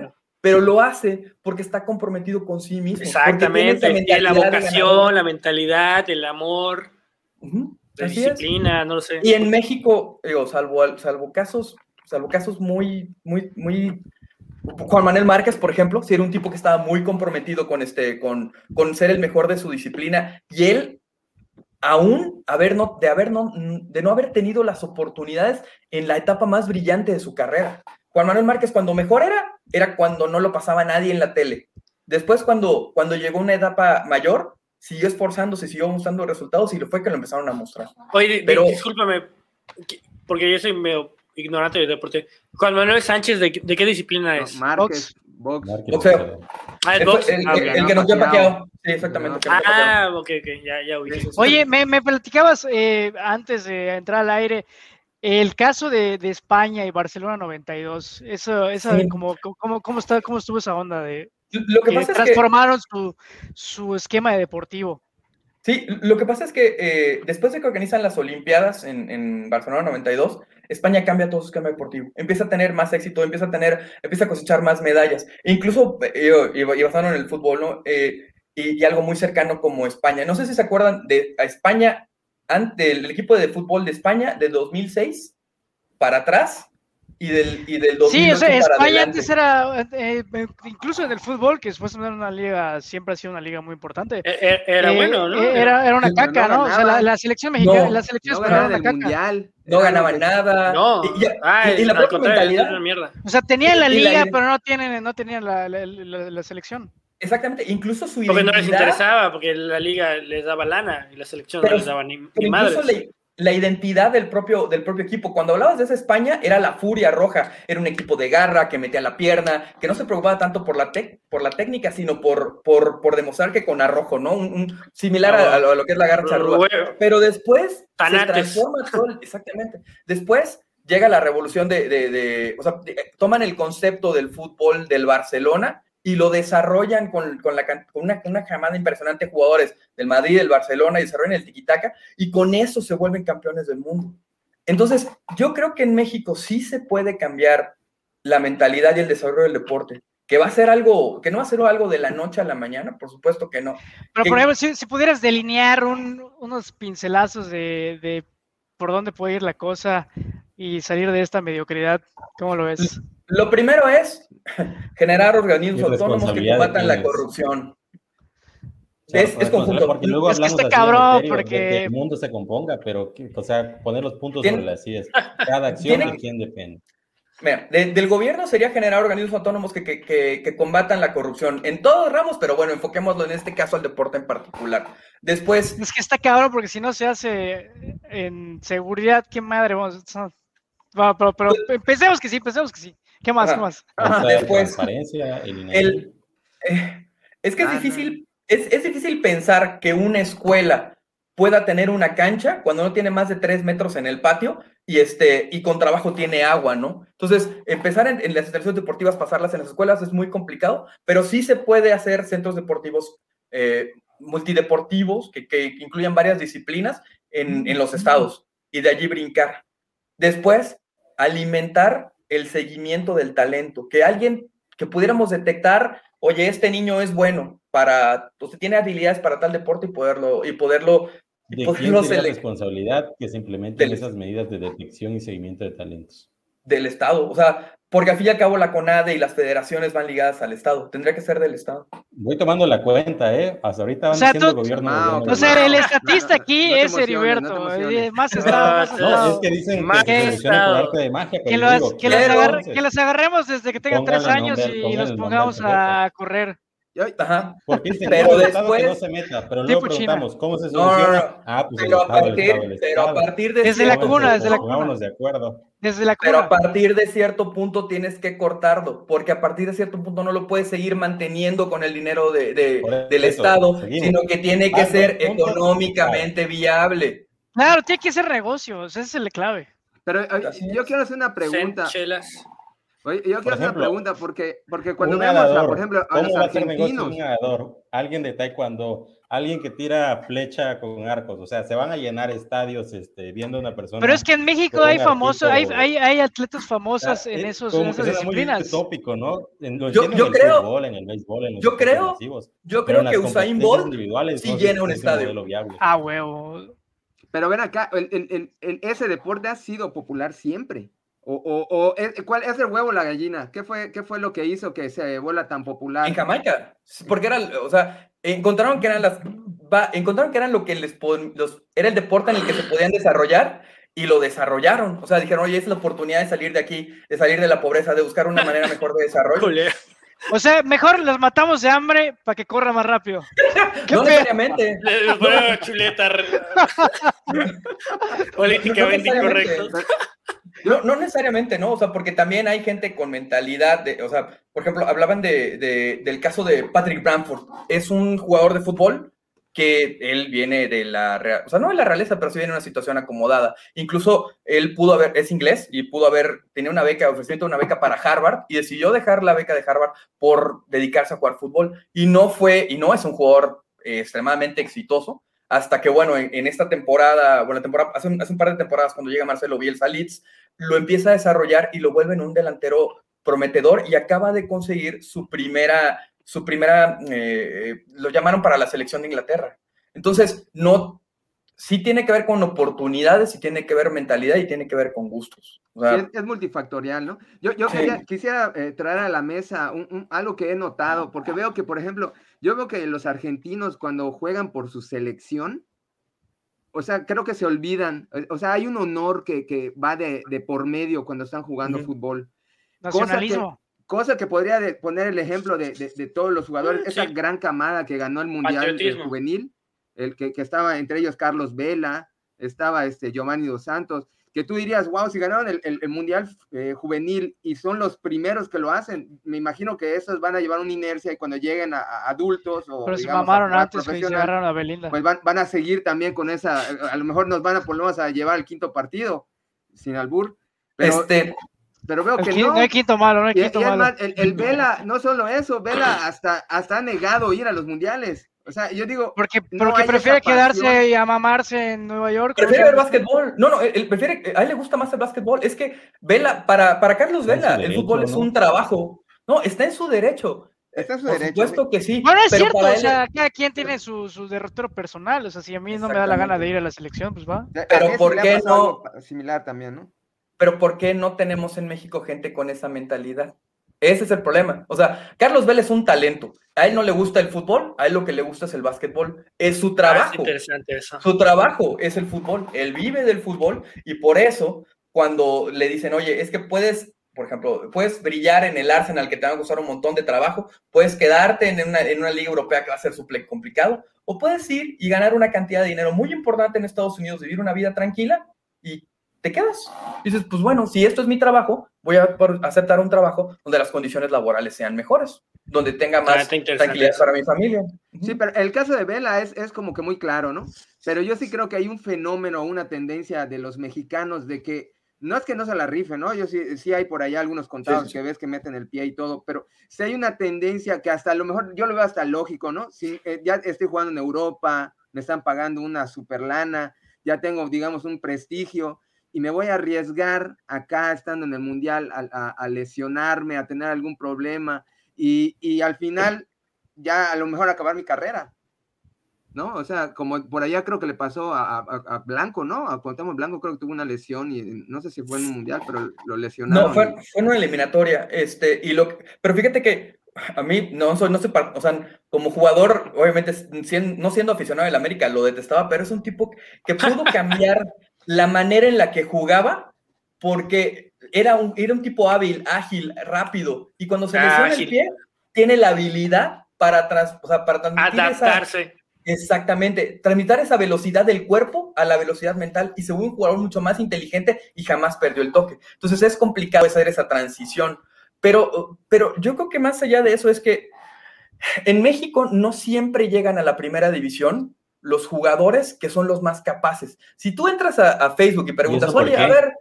pero lo hace porque está comprometido con sí mismo. Exactamente, tiene la vocación, la mentalidad, el amor, la disciplina, no lo sé. Y en México, digo, salvo casos muy, muy, muy... Juan Manuel Márquez, por ejemplo, sí era un tipo que estaba muy comprometido con ser el mejor de su disciplina, y él, aún de no haber tenido las oportunidades en la etapa más brillante de su carrera. Juan Manuel Márquez, cuando mejor era cuando no lo pasaba nadie en la tele. Después, cuando llegó una etapa mayor, siguió esforzándose, siguió mostrando resultados, y fue que lo empezaron a mostrar. Oye, discúlpame, porque yo soy medio ignorante del deporte. Juan Manuel Sánchez, ¿de qué disciplina es? Márquez, boxeo. ¿es box? El que nos dio Pacquiao. Sí, exactamente. Ok, ya oí. Oye, me platicabas antes de entrar al aire el caso de España y Barcelona 92. Sí. ¿Cómo estuvo esa onda de lo que pasa transformaron su esquema de deportivo? Sí, lo que pasa es que después de que organizan las Olimpiadas en Barcelona 92, España cambia todo su esquema deportivo. Empieza a tener más éxito, empieza a cosechar más medallas. E incluso, y basado en el fútbol, ¿no? Y algo muy cercano como España. No sé si se acuerdan de España, del equipo de fútbol de España de 2006 para atrás. Y del 2008 sí, o sea, para España adelante. Antes era, incluso en el fútbol, que después era una liga, siempre ha sido una liga muy importante. Era bueno, ¿no? Era una caca, ¿no? O sea, la selección mexicana, la selección española era una caca. Mundial. No ganaban nada. No, y la propia mentalidad. Una mierda. O sea, tenían la liga, pero no tenían la selección. Exactamente, incluso su porque identidad. No les interesaba, porque la liga les daba lana y la selección no les daba ni madres. La identidad del propio equipo. Cuando hablabas de esa España, era la furia roja. Era un equipo de garra, que metía la pierna, que no se preocupaba tanto por la técnica, sino por demostrar que con arrojo, ¿no? Similar a lo que es la garra charrúa. Pero después se transforma todo. Exactamente. Después llega la revolución toman el concepto del fútbol del Barcelona y lo desarrollan con una camada impresionante de jugadores del Madrid, del Barcelona, y desarrollan el tiquitaca, y con eso se vuelven campeones del mundo. Entonces, yo creo que en México sí se puede cambiar la mentalidad y el desarrollo del deporte, que va a ser algo, que no va a ser algo de la noche a la mañana, por supuesto que no. Pero, por ejemplo, si pudieras delinear unos pincelazos de por dónde puede ir la cosa y salir de esta mediocridad, ¿cómo lo ves? Lo primero es generar organismos autónomos que combatan la corrupción. Es conjunto. Porque luego es que hablamos está cabrón, de que el mundo se componga, pero, o sea, poner los puntos sobre las IES. Cada acción de quién depende. Mira, del gobierno sería generar organismos autónomos que combatan la corrupción en todos ramos, pero bueno, enfoquémoslo en este caso al deporte en particular. Después... Es que está cabrón, porque si no se hace en seguridad, ¿qué madre vamos a...? Pero pensemos que sí. ¿Qué más? ¿Qué más? Después, transparencia, es que es difícil pensar que una escuela pueda tener una cancha cuando no tiene más de 3 metros en el patio y con trabajo tiene agua, ¿no? Entonces, empezar en las instalaciones deportivas, pasarlas en las escuelas es muy complicado, pero sí se puede hacer centros deportivos multideportivos que incluyan varias disciplinas en los estados, y de allí brincar. Después, alimentar el seguimiento del talento, que pudiéramos detectar, oye, este niño es bueno tiene habilidades para tal deporte y poderlo ¿De quién tiene la responsabilidad que se implementen esas medidas de detección y seguimiento de talentos? Del Estado, o sea, porque al fin y al cabo la CONADE y las federaciones van ligadas al Estado, tendría que ser del Estado. Voy tomando la cuenta, hasta ahorita van diciendo gobierno. O sea, el estatista aquí es Heriberto, más Estado. No, es que dicen que se selecciona por arte de magia, pero que los agarremos desde que tengan 3 años y los pongamos a correr. Ajá. Porque dicen, pero después que no se meta, pero luego preguntamos, ¿cómo se soluciona? Pues pero a partir de desde la cuna, de acuerdo. Desde la cuna. Pero a partir de cierto punto tienes que cortarlo, porque a partir de cierto punto no lo puedes seguir manteniendo con el dinero del Estado, sino que tiene que ser económicamente viable. Claro, tiene que ser negocios, esa es la clave. Pero yo quiero hacer una pregunta. Oye, yo quiero hacer una pregunta porque cuando vemos, por ejemplo, a los argentinos... Un nadador, alguien de taekwondo, alguien que tira flecha con arcos, o sea, se van a llenar estadios viendo a una persona. Pero es que en México hay famosos, hay atletas famosas en esas disciplinas. Muy tópico, ¿no? Yo creo, fútbol, en el béisbol, en los yo creo que Usain Bolt sí llena un estadio. Ah, huevo. Pero ven acá, ese deporte ha sido popular siempre. ¿Cuál es el huevo o la gallina? ¿Qué fue lo que hizo que se vuelva tan popular? En Jamaica, porque encontraron que eran lo que era el deporte en el que se podían desarrollar y lo desarrollaron. O sea, dijeron, oye, es la oportunidad de salir de aquí, de salir de la pobreza, de buscar una manera mejor de desarrollo. O sea, mejor los matamos de hambre para que corra más rápido. No necesariamente. Chuleta. Políticamente incorrecto. No necesariamente, ¿no? O sea, porque también hay gente con mentalidad o sea, por ejemplo, hablaban del caso de Patrick Bamford. Es un jugador de fútbol que él viene de o sea, no de la realeza, pero sí viene de una situación acomodada. Incluso él es inglés y tenía ofrecimiento de una beca para Harvard y decidió dejar la beca de Harvard por dedicarse a jugar fútbol y no es un jugador extremadamente exitoso. Hasta que, bueno, en esta temporada, hace un par de temporadas, cuando llega Marcelo Bielsa a Leeds, lo empieza a desarrollar y lo vuelve en un delantero prometedor y acaba de conseguir su primera lo llamaron para la selección de Inglaterra. Entonces, sí tiene que ver con oportunidades, sí tiene que ver mentalidad y tiene que ver con gustos. O sea, sí, es multifactorial, ¿no? Yo quisiera traer a la mesa algo que he notado, porque veo que, por ejemplo, los argentinos cuando juegan por su selección, o sea, creo que se olvidan, o sea, hay un honor que va de por medio cuando están jugando fútbol. Nacionalismo. Cosa que podría poner el ejemplo de todos los jugadores, esa gran camada que ganó el Mundial juvenil, el que estaba entre ellos Carlos Vela, estaba Giovanni Dos Santos, que tú dirías, wow, si ganaron el Mundial juvenil y son los primeros que lo hacen, me imagino que esos van a llevar una inercia y cuando lleguen a adultos o pero digamos, se mamaron antes que se agarraron a Belinda. Pues van a seguir también con esa, a lo mejor nos van a por lo menos a llevar el quinto partido, sin albur, pero veo que no. No hay quinto malo, no hay quinto malo. Además, el Vela, no solo eso, Vela hasta ha negado ir a los mundiales. O sea, yo digo. Porque prefiere quedarse y a mamarse en Nueva York. Prefiere ver básquetbol. No, él prefiere. A él le gusta más el básquetbol. Es que Vela, para Carlos Vela, el fútbol es un trabajo. No, está en su derecho. Está en su derecho. Por supuesto que sí. Bueno, es cierto, o sea, cada quien tiene su derrotero personal. O sea, si a mí no me da la gana de ir a la selección, pues va. Pero ¿por qué no? Similar también, ¿no? Pero ¿por qué no tenemos en México gente con esa mentalidad? Ese es el problema. O sea, Carlos Vela es un talento. A él no le gusta el fútbol, a él lo que le gusta es el básquetbol. Es su trabajo. Es interesante eso. Su trabajo es el fútbol. Él vive del fútbol y por eso cuando le dicen, oye, es que puedes, por ejemplo, puedes brillar en el Arsenal que te va a costar un montón de trabajo, puedes quedarte en una liga europea que va a ser súper complicado, o puedes ir y ganar una cantidad de dinero muy importante en Estados Unidos, vivir una vida tranquila y te quedas. Dices, pues bueno, si esto es mi trabajo, voy a aceptar un trabajo donde las condiciones laborales sean mejores, donde tenga más tranquilidad para mi familia. Sí, pero el caso de Vela es como que muy claro, ¿no? Pero yo sí creo que hay un fenómeno, una tendencia de los mexicanos de que no es que no se la rifen, ¿no? Yo sí hay por allá algunos contados que ves que meten el pie y todo, pero sí hay una tendencia que hasta a lo mejor yo lo veo hasta lógico, ¿no? Si ya estoy jugando en Europa, me están pagando una super lana, ya tengo, digamos, un prestigio, y me voy a arriesgar acá estando en el Mundial a lesionarme, a tener algún problema y al final ya a lo mejor acabar mi carrera, ¿no? O sea, como por allá creo que le pasó a Blanco, ¿no? A Cuauhtémoc Blanco creo que tuvo una lesión y no sé si fue en un Mundial, pero lo lesionaron. No, fue en una eliminatoria, pero fíjate que a mí no sé, o sea, como jugador, obviamente no siendo aficionado del América, lo detestaba, pero es un tipo que pudo cambiar la manera en la que jugaba, porque era un tipo hábil, ágil, rápido, y cuando se lesiona el pie, tiene la habilidad para transmitir adaptarse. Exactamente, transmitir esa velocidad del cuerpo a la velocidad mental, y se vuelve un jugador mucho más inteligente y jamás perdió el toque. Entonces es complicado hacer esa transición, pero yo creo que más allá de eso es que en México no siempre llegan a la primera división los jugadores que son los más capaces. Si tú entras a Facebook y preguntas, oye, a ver,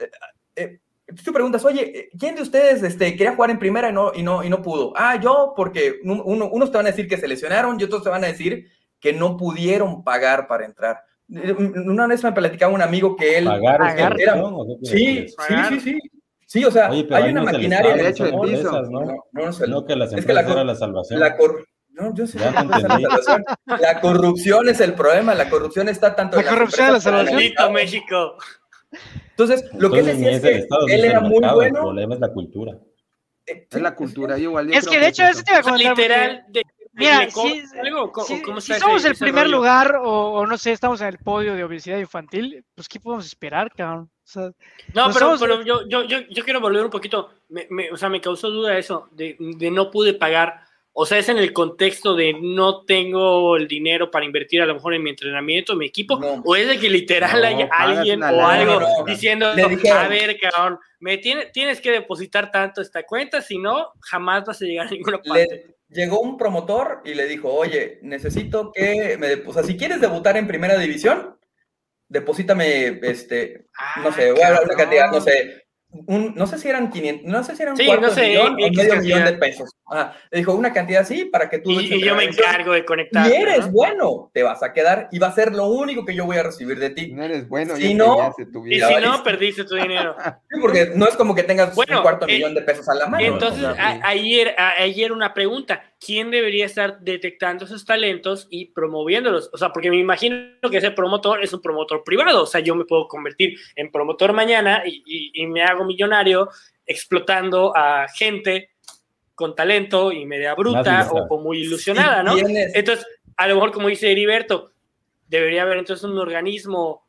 tú preguntas, oye, ¿quién de ustedes quería jugar en primera y no pudo? Yo, porque unos te van a decir que se lesionaron y otros te van a decir que no pudieron pagar para entrar. Una vez me platicaba un amigo que él... ¿Pagar? Sí, o sea, oye, hay una maquinaria... Derecho de piso. No, que las empresas era la salvación. No, yo sé que la salvación. La corrupción es el problema, la corrupción está tanto en la corrupción de la salvación. México. Entonces, lo que él decía es que él era muy bueno. El problema es la cultura. Es la cultura, igual. Es que de hecho eso te iba a contar. Literal, mira, si somos el primer lugar o no sé, estamos en el podio de obesidad infantil, pues ¿qué podemos esperar, cabrón? O sea, no, pero yo quiero volver un poquito, o sea, me causó duda eso, de no pude pagar, o sea, es en el contexto de no tengo el dinero para invertir a lo mejor en mi entrenamiento, en mi equipo, o es de que literal hay alguien o algo diciendo, a ver, cabrón, tienes que depositar tanto esta cuenta, si no, jamás vas a llegar a ninguna parte. Llegó un promotor y le dijo, oye, necesito que o sea, si quieres debutar en primera división, deposítame, no sé, voy a hablar una cantidad, no sé, no sé si eran 500, no sé si eran millón o medio millón de pesos. Le dijo una cantidad así para que tú... Y yo me encargo de conectar. Si eres bueno, te vas a quedar y va a ser lo único que yo voy a recibir de ti. Si no eres bueno, si no, y si no, perdiste tu dinero. Sí, porque no es como que tengas un cuarto millón de pesos a la mano. Entonces, ayer una pregunta. ¿Quién debería estar detectando esos talentos y promoviéndolos? O sea, porque me imagino que ese promotor es un promotor privado. O sea, yo me puedo convertir en promotor mañana y me hago millonario explotando a gente con talento y media bruta o muy ilusionada, ¿no? Entonces, a lo mejor, como dice Heriberto, debería haber entonces un organismo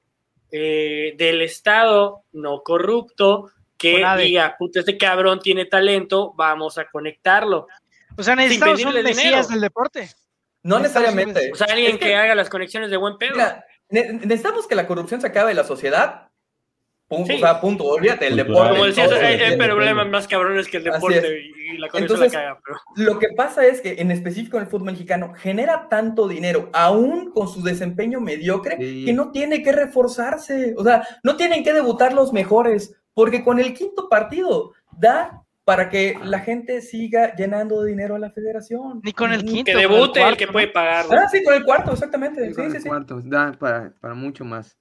del Estado no corrupto que diga, puta, este cabrón tiene talento, vamos a conectarlo. O sea, necesitamos un mesías del deporte. No necesariamente. O sea, alguien que haga las conexiones de buen pedo. Mira, necesitamos que la corrupción se acabe de la sociedad. Punto, o sea, punto, olvídate, el deporte. Como decías, hay problemas más cabrones que el deporte y la corrupción la caga. Pero... Lo que pasa es que, en específico en el fútbol mexicano, genera tanto dinero, aún con su desempeño mediocre, que no tiene que reforzarse. O sea, no tienen que debutar los mejores, porque con el quinto partido da para que la gente siga llenando de dinero a la federación. Ni con el quinto. Que debute el que puede pagar. Sí, con el cuarto, exactamente. Sí, con el cuarto, da para mucho más.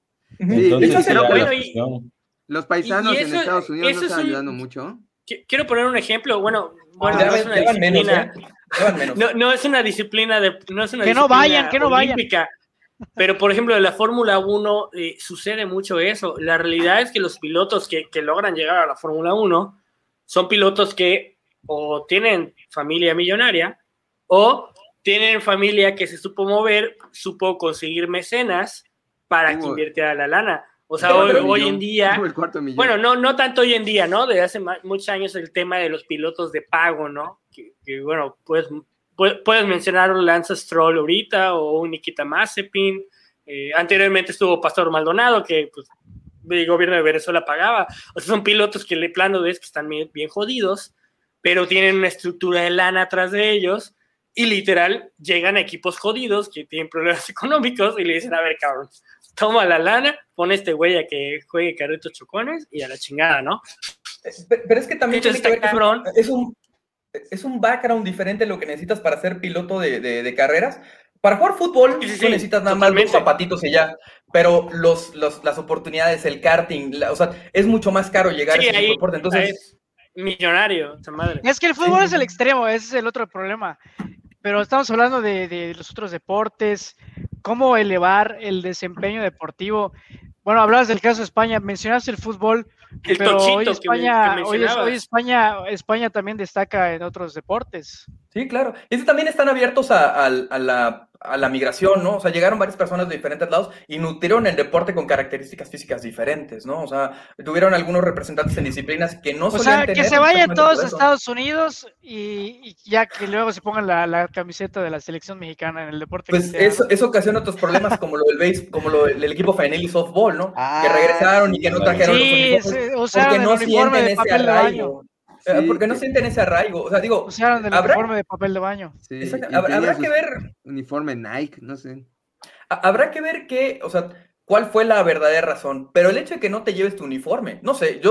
Los paisanos en Estados Unidos no están ayudando mucho. Quiero poner un ejemplo. Bueno, no es una disciplina. No es una disciplina que no vayan. Pero, por ejemplo, en la Fórmula 1 sucede mucho eso. La realidad es que los pilotos que logran llegar a la Fórmula 1 son pilotos que o tienen familia millonaria o tienen familia que se supo mover, supo conseguir mecenas para que invirtiera la lana. O sea, hoy en día, bueno, no tanto hoy en día, ¿no? Desde hace muchos años el tema de los pilotos de pago, ¿no? Que bueno, puedes mencionar un Lance Stroll ahorita o un Nikita Mazepin. Anteriormente estuvo Pastor Maldonado, que pues el gobierno de Venezuela pagaba. O sea, son pilotos que le plano ves que están bien jodidos, pero tienen una estructura de lana atrás de ellos y literal llegan a equipos jodidos que tienen problemas económicos y le dicen, a ver, cabrón, toma la lana, pon este güey a que juegue carritos chocones y a la chingada, ¿no? Pero es que también tiene que ver cabrón. Es un background diferente lo que necesitas para ser piloto de carreras. Para jugar fútbol, tú necesitas nada más dos zapatitos y ya. Pero las oportunidades, el karting, o sea, es mucho más caro llegar a ese deporte. Entonces, es millonario, esa madre. Es que el fútbol es el extremo, ese es el otro problema. Pero estamos hablando de los otros deportes, cómo elevar el desempeño deportivo. Bueno, hablabas del caso de España, mencionaste el fútbol, pero hoy España también destaca en otros deportes. Sí, claro. Y también están abiertos a la migración, ¿no? O sea, llegaron varias personas de diferentes lados y nutrieron el deporte con características físicas diferentes, ¿no? O sea, tuvieron algunos representantes en disciplinas que no solían tener. O sea, que se vayan todos a Estados Unidos y ya que luego se pongan la camiseta de la selección mexicana en el deporte. Pues eso ocasiona otros problemas como lo del base, como el equipo femenil y softball, ¿no? Que regresaron y que no trajeron los uniformes porque no sienten ese arraigo. Porque no sienten ese arraigo. O sea, digo, usaron el uniforme de papel de baño. Sí, habrá que ver. Uniforme Nike, no sé. Habrá que ver o sea, cuál fue la verdadera razón. Pero el hecho de que no te lleves tu uniforme, no sé, yo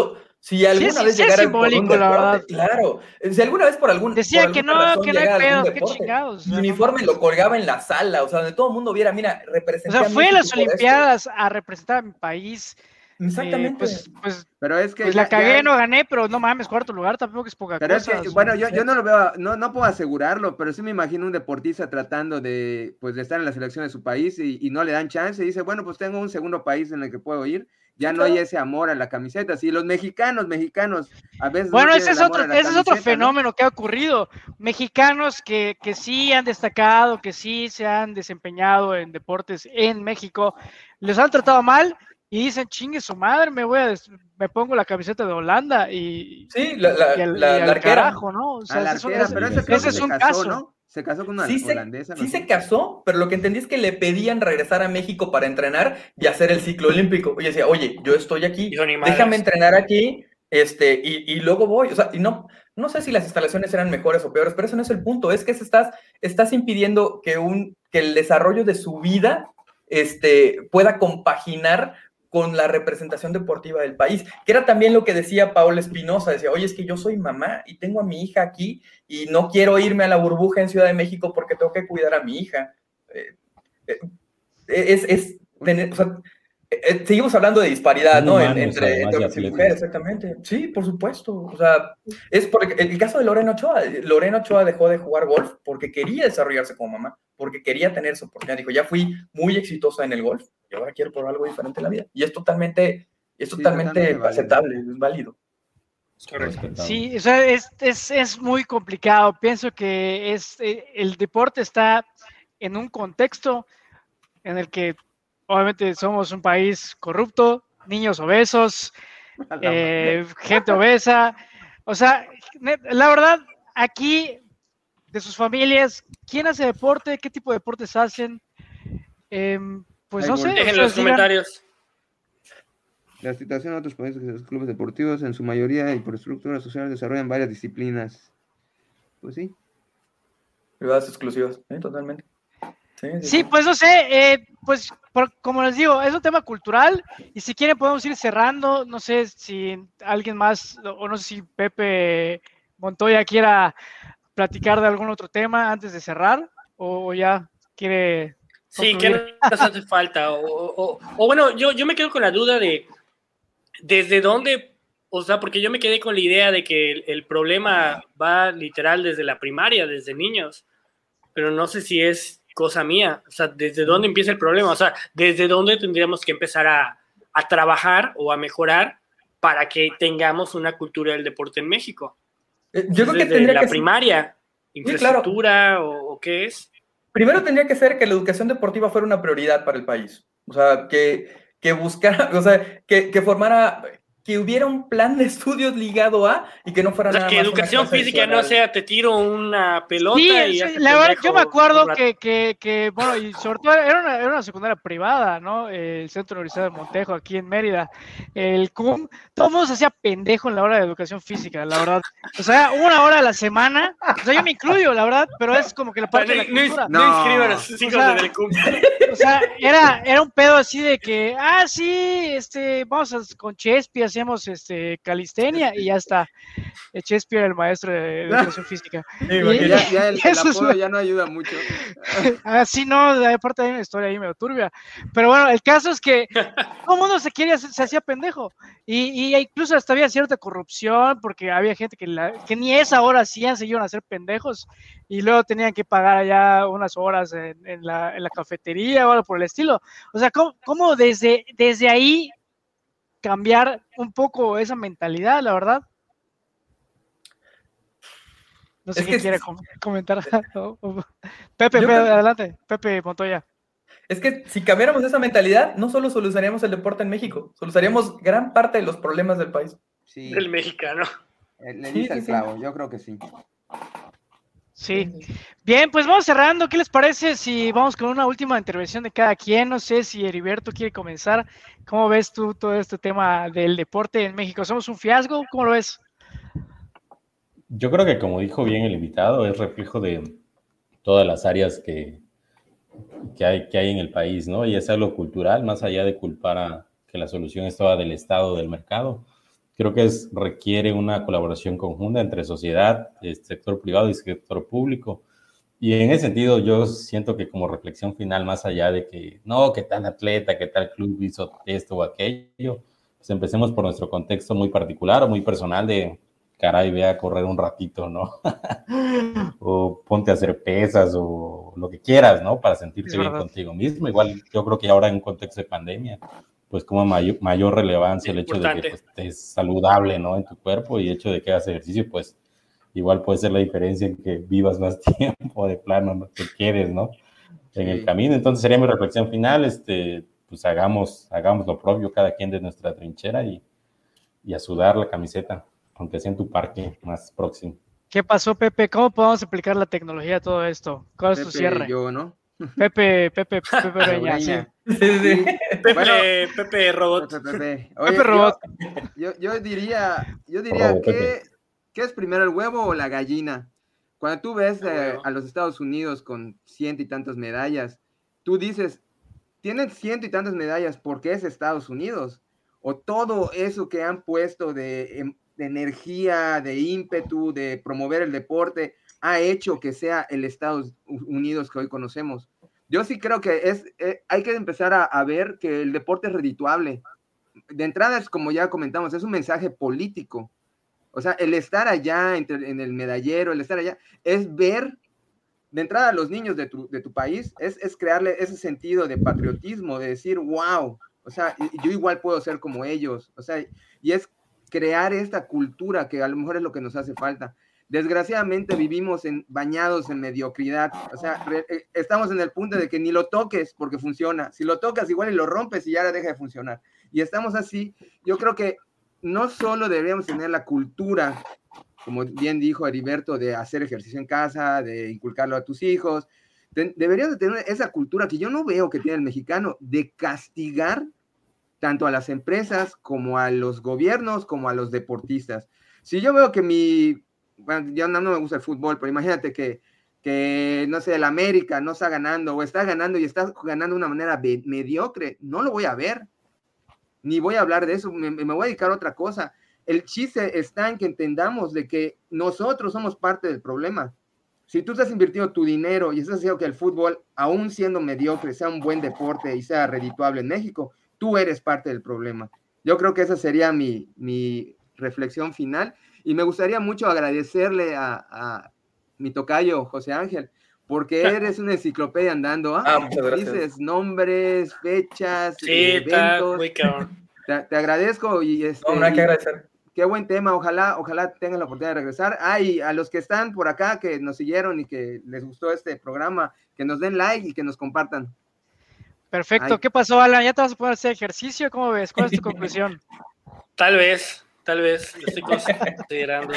Si alguna vez llegara por un deporte, la verdad. Claro. Si alguna vez decía por que no hay pedo, qué chingados. Mi uniforme lo colgaba en la sala, o sea, donde todo el mundo viera, mira, representé a México. Fue a las Olimpiadas a representar a mi país. Exactamente. Pues pero es que pues la cagué, no gané, pero no mames, cuarto lugar tampoco es poca pero cosa. Es que, bueno, yo no lo veo, no puedo asegurarlo, pero sí me imagino un deportista tratando de estar en la selección de su país y no le dan chance y dice, bueno, pues tengo un segundo país en el que puedo ir. Ya no hay ese amor a la camiseta. Si los mexicanos a veces. Bueno, no ese es otro fenómeno, ¿no?, que ha ocurrido. Mexicanos que sí han destacado, que sí se han desempeñado en deportes en México, les han tratado mal y dicen, chingue su madre, me pongo la camiseta de Holanda y. Sí, la arquera. Carajo, ¿no? O sea, la arquera, pero ese es un caso, ¿no? Se casó con una holandesa. Sí, se casó, pero lo que entendí es que le pedían regresar a México para entrenar y hacer el ciclo olímpico. Y decía, oye, yo estoy aquí, déjame entrenar aquí, y luego voy. O sea, y no sé si las instalaciones eran mejores o peores, pero ese no es el punto. Es que estás impidiendo que el desarrollo de su vida pueda compaginar con la representación deportiva del país, que era también lo que decía Paola Espinosa, decía, oye, es que yo soy mamá y tengo a mi hija aquí y no quiero irme a la burbuja en Ciudad de México porque tengo que cuidar a mi hija. O sea, seguimos hablando de disparidad, ¿no? Entre hombres y mujeres, exactamente. Sí, por supuesto. O sea, es porque el caso de Lorena Ochoa. Lorena Ochoa dejó de jugar golf porque quería desarrollarse como mamá, porque quería tener su oportunidad. Dijo, ya fui muy exitosa en el golf y ahora quiero probar algo diferente en la vida. Y es totalmente aceptable, es válido. Sí, o sea, es muy complicado. Pienso que el deporte está en un contexto en el que obviamente somos un país corrupto, niños obesos, gente obesa. O sea, la verdad, aquí, de sus familias, ¿quién hace deporte? ¿Qué tipo de deportes hacen? Pues no sé. Dejen los comentarios. La situación en otros países que los clubes deportivos, en su mayoría y por estructuras sociales, desarrollan varias disciplinas. Pues sí. Privadas exclusivas, totalmente. Sí, pues no sé, pues como les digo, es un tema cultural y si quieren podemos ir cerrando. No sé si alguien más, o no sé si Pepe Montoya quiera platicar de algún otro tema antes de cerrar, o ya quiere. Sí, ¿qué nos hace falta? O bueno, yo me quedo con la duda de desde dónde, o sea, porque yo me quedé con la idea de que el problema va literal desde la primaria, desde niños, pero no sé si es cosa mía, o sea, ¿desde dónde empieza el problema? O sea, ¿desde dónde tendríamos que empezar a trabajar o a mejorar para que tengamos una cultura del deporte en México? Yo creo que desde la primaria, infraestructura, sí, claro. o qué es. Primero tendría que ser que la educación deportiva fuera una prioridad para el país, o sea, que buscara, o sea, que formara, que hubiera un plan de estudios ligado a y que no fuera nada más. Que educación física no sea te tiro una pelota y sí, la verdad, yo me acuerdo que bueno, y sobre todo era una secundaria privada, ¿no? El Centro Universitario de Montejo, aquí en Mérida, el CUM, todo el mundo se hacía pendejo en la hora de educación física, la verdad. O sea, una hora a la semana, o sea, yo me incluyo, la verdad, pero es como que la parte de la cultura. No inscriban a sus hijos en el CUM. O sea, era un pedo así de que, sí, vamos con Chespi, hacíamos calistenia y ya está. Chespi era el maestro de educación física. Ya el apodo ya no ayuda mucho. Sí, no, aparte hay una historia ahí medio turbia. Pero bueno, el caso es que todo el mundo se hacía pendejo. Y incluso hasta había cierta corrupción porque había gente que ni esa hora hacían, se iban a hacer pendejos y luego tenían que pagar allá unas horas en la cafetería o algo por el estilo. O sea, ¿cómo desde ahí cambiar un poco esa mentalidad, la verdad? No sé quién quiere comentar. Pepe, adelante. Pepe Montoya. Es que si cambiáramos esa mentalidad, no solo solucionaríamos el deporte en México, solucionaríamos gran parte de los problemas del país. Sí. Del mexicano. Le dice el clavo, yo creo que sí. Sí. Bien, pues vamos cerrando. ¿Qué les parece si vamos con una última intervención de cada quien? No sé si Heriberto quiere comenzar. ¿Cómo ves tú todo este tema del deporte en México? ¿Somos un fiasco? ¿Cómo lo ves? Yo creo que, como dijo bien el invitado, es reflejo de todas las áreas que hay en el país, ¿no? Y es algo cultural, más allá de culpar a que la solución es toda del Estado, del mercado. Creo que requiere una colaboración conjunta entre sociedad, sector privado y sector público. Y en ese sentido yo siento que como reflexión final, más allá de que no, que tal atleta, que tal club hizo esto o aquello, pues empecemos por nuestro contexto muy particular o muy personal de, caray, ve a correr un ratito, ¿no? O ponte a hacer pesas o lo que quieras, ¿no? Para sentirte bien contigo mismo. Igual yo creo que ahora en un contexto de pandemia, pues como mayor relevancia el hecho de que pues, estés saludable, ¿no? En tu cuerpo, y el hecho de que hagas ejercicio, pues igual puede ser la diferencia en que vivas más tiempo de plano, ¿no? Te quedes, ¿no? En el camino. Entonces sería mi reflexión final, pues hagamos lo propio cada quien de nuestra trinchera y a sudar la camiseta, aunque sea en tu parque más próximo. ¿Qué pasó, Pepe? ¿Cómo podemos aplicar la tecnología a todo esto? ¿Cuál es tu cierre? Yo, ¿no? Pepe Ureña, sí. Pepe Robot. Oye, Pepe Robot. Yo diría que ¿qué es primero, el huevo o la gallina? Cuando tú ves a los Estados Unidos con 100 y tantas medallas, tú dices, tienen 100 y tantas medallas porque es Estados Unidos, o todo eso que han puesto de energía, de ímpetu, de promover el deporte, ha hecho que sea el Estados Unidos que hoy conocemos. Yo sí creo que hay que empezar a ver que el deporte es redituable. De entrada, es como ya comentamos, es un mensaje político. O sea, el estar allá en el medallero, el estar allá, es ver de entrada a los niños de tu país, es crearle ese sentido de patriotismo, de decir, wow, o sea, yo igual puedo ser como ellos, o sea, y es crear esta cultura que a lo mejor es lo que nos hace falta. Desgraciadamente vivimos bañados en mediocridad, o sea, estamos en el punto de que ni lo toques porque funciona, si lo tocas igual y lo rompes y ya deja de funcionar, y estamos así. Yo creo que no solo deberíamos tener la cultura, como bien dijo Heriberto, de hacer ejercicio en casa, de inculcarlo a tus hijos, deberíamos tener esa cultura que yo no veo que tiene el mexicano, de castigar tanto a las empresas como a los gobiernos, como a los deportistas. Si yo veo que bueno, yo no me gusta el fútbol, pero imagínate que no sé, el América no está ganando, o está ganando y está ganando de una manera mediocre, no lo voy a ver, ni voy a hablar de eso, me voy a dedicar a otra cosa. El chiste está en que entendamos de que nosotros somos parte del problema. Si tú estás invirtiendo tu dinero y estás haciendo que el fútbol, aún siendo mediocre, sea un buen deporte y sea redituable en México, tú eres parte del problema. Yo creo que esa sería mi reflexión final, y me gustaría mucho agradecerle a mi tocayo, José Ángel, porque eres una enciclopedia andando. Muchas gracias. Dices nombres, fechas, sí, eventos. Muy cabrón. Te agradezco y no hay que agradecer. Qué buen tema, ojalá tengan la oportunidad de regresar. Y a los que están por acá, que nos siguieron y que les gustó este programa, que nos den like y que nos compartan. Perfecto. ¿Qué pasó, Alan? ¿Ya te vas a poder hacer ejercicio? ¿Cómo ves? ¿Cuál es tu conclusión? Tal vez, lo estoy considerando.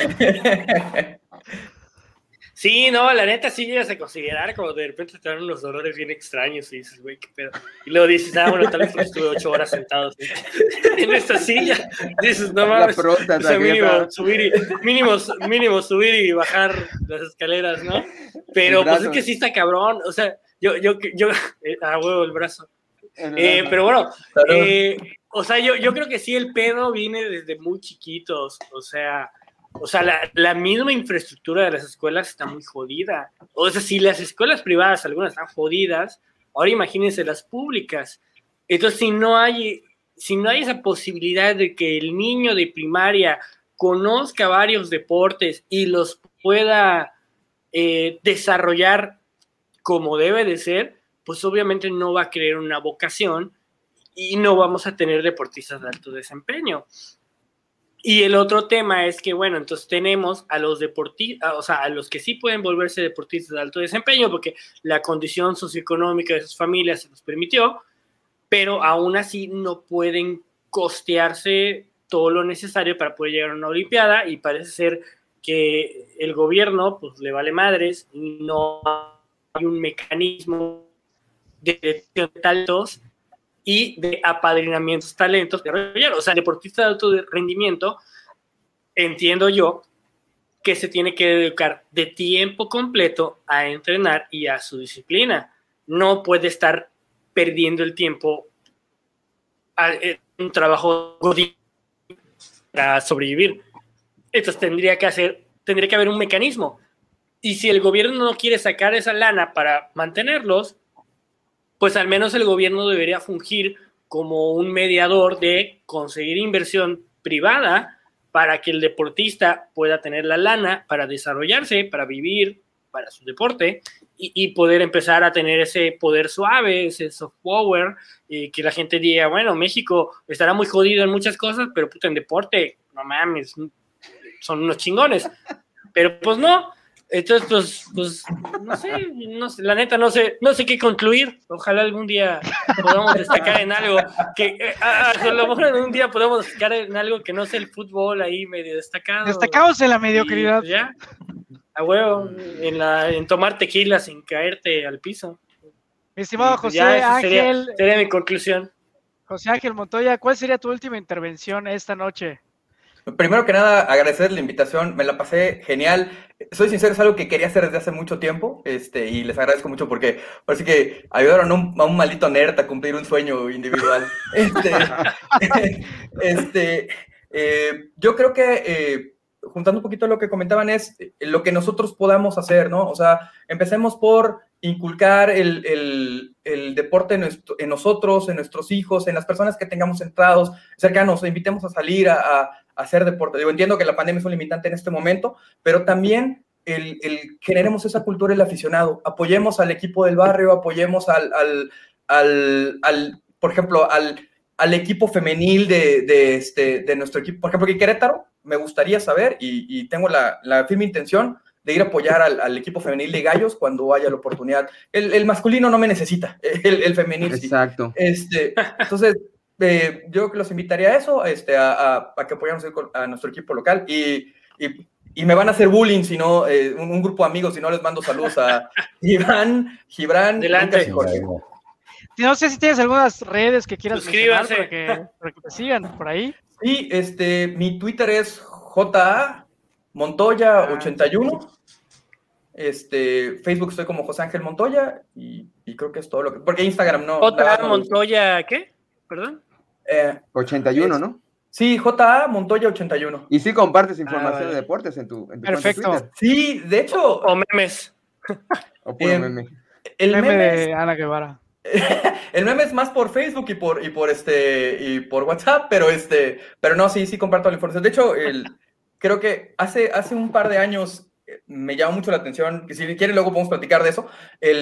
Sí, no, la neta sí llegas a considerar como de repente te dan unos dolores bien extraños y dices, güey, qué pedo. Y luego dices, bueno, tal vez porque estuve 8 horas sentado en esta silla. Dices, no mames, o sea, mínimo subir y bajar las escaleras, ¿no? Pero pues es que sí está cabrón, o sea, yo huevo el brazo. Pero bueno, o sea, yo creo que sí el pedo viene desde muy chiquitos, o sea, la misma infraestructura de las escuelas está muy jodida. O sea, si las escuelas privadas, algunas están jodidas, ahora imagínense las públicas. Entonces, si no hay esa posibilidad de que el niño de primaria conozca varios deportes y los pueda desarrollar como debe de ser, pues obviamente no va a crear una vocación y no vamos a tener deportistas de alto desempeño. Y el otro tema es que, bueno, entonces tenemos a los deportistas, o sea, a los que sí pueden volverse deportistas de alto desempeño porque la condición socioeconómica de sus familias se los permitió, pero aún así no pueden costearse todo lo necesario para poder llegar a una olimpiada, y parece ser que el gobierno pues le vale madres y no hay un mecanismo de detección de talentos y de apadrinamientos talentos. O sea, el deportista de alto rendimiento, entiendo yo, que se tiene que dedicar de tiempo completo a entrenar y a su disciplina. No puede estar perdiendo el tiempo en un trabajo godín para sobrevivir. Entonces tendría que haber un mecanismo. Y si el gobierno no quiere sacar esa lana para mantenerlos, pues al menos el gobierno debería fungir como un mediador de conseguir inversión privada para que el deportista pueda tener la lana para desarrollarse, para vivir, para su deporte, y poder empezar a tener ese poder suave, ese soft power, que la gente diga, bueno, México estará muy jodido en muchas cosas, pero puta, en deporte, no mames, son unos chingones. Pero pues no. Entonces, pues no sé, la neta no sé qué concluir. Ojalá algún día podamos destacar en algo a lo mejor algún día podamos destacar en algo que no sea el fútbol ahí medio destacado. Destacamos en la mediocridad. Pues ya, a huevo, en tomar tequila sin caerte al piso. Mi estimado pues José Ángel. Sería mi conclusión. José Ángel Montoya, ¿cuál sería tu última intervención esta noche? Primero que nada, agradecer la invitación, me la pasé genial. Soy sincero, es algo que quería hacer desde hace mucho tiempo, y les agradezco mucho porque parece que ayudaron a un maldito nerd a cumplir un sueño individual. Yo creo que, juntando un poquito lo que comentaban, es lo que nosotros podamos hacer, ¿no? O sea, empecemos por inculcar el deporte en nosotros, en nuestros hijos, en las personas que tengamos cercanos, invitemos a salir a hacer deporte. Digo, entiendo que la pandemia es un limitante en este momento, pero también generemos esa cultura del aficionado, apoyemos al equipo del barrio, apoyemos por ejemplo, al equipo femenil de nuestro equipo. Por ejemplo, que Querétaro, me gustaría saber, y tengo la firme intención de ir a apoyar al equipo femenil de Gallos cuando haya la oportunidad. El masculino no me necesita, el femenil sí. Exacto. Entonces, yo los invitaría a eso, a que apoyemos a nuestro equipo local, y me van a hacer bullying si no, un grupo de amigos, si no les mando saludos a Gibran, Delante. No sé si tienes algunas redes que quieras mencionar Suscríbanse. para que te sigan por ahí. Sí, mi Twitter es JA Montoya 81. Facebook estoy como José Ángel Montoya, y creo que es todo lo que... Porque Instagram no... JA Montoya, ¿qué? ¿Perdón? 81, ¿no? Sí, JA Montoya 81. Y sí compartes información de deportes en tu Perfecto. Twitter. Sí, de hecho... O memes. O puro meme. El meme meme de Ana Guevara. El meme es más por Facebook y por WhatsApp, pero no, sí comparto la información. De hecho, creo que hace un par de años me llamó mucho la atención, que si quieren luego podemos platicar de eso,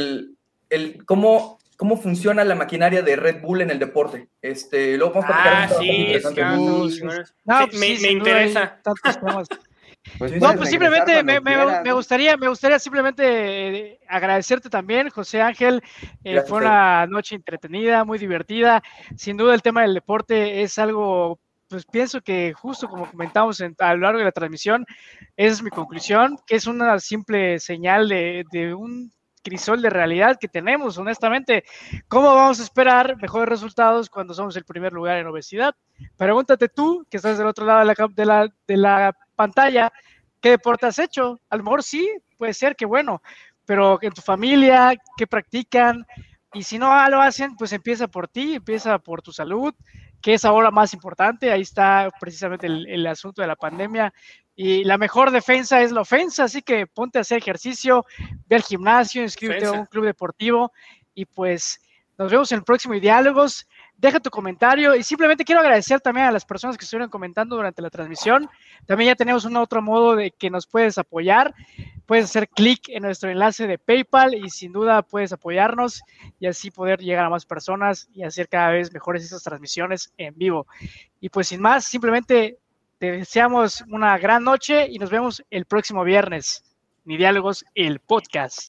cómo funciona la maquinaria de Red Bull en el deporte. Luego podemos platicar de eso. Me interesa. Pues simplemente me gustaría simplemente agradecerte también, José Ángel. Fue una noche entretenida, muy divertida. Sin duda el tema del deporte es algo, pues pienso que justo como comentamos a lo largo de la transmisión, esa es mi conclusión, que es una simple señal de un crisol de realidad que tenemos, honestamente. ¿Cómo vamos a esperar mejores resultados cuando somos el primer lugar en obesidad? Pregúntate tú, que estás del otro lado de la pantalla, ¿qué deporte has hecho? A lo mejor sí, puede ser que bueno, pero en tu familia, ¿qué practican? Y si no lo hacen, pues empieza por ti, empieza por tu salud, que es ahora más importante. Ahí está precisamente el asunto de la pandemia. Y la mejor defensa es la ofensa, así que ponte a hacer ejercicio, ve al gimnasio, inscríbete a un club deportivo, y pues nos vemos en el próximo Diálogos. Deja tu comentario, y simplemente quiero agradecer también a las personas que estuvieron comentando durante la transmisión. También ya tenemos un otro modo de que nos puedes apoyar. Puedes hacer clic en nuestro enlace de PayPal y sin duda puedes apoyarnos y así poder llegar a más personas y hacer cada vez mejores estas transmisiones en vivo. Y pues sin más, simplemente te deseamos una gran noche y nos vemos el próximo viernes. Ni Diálogos, el podcast.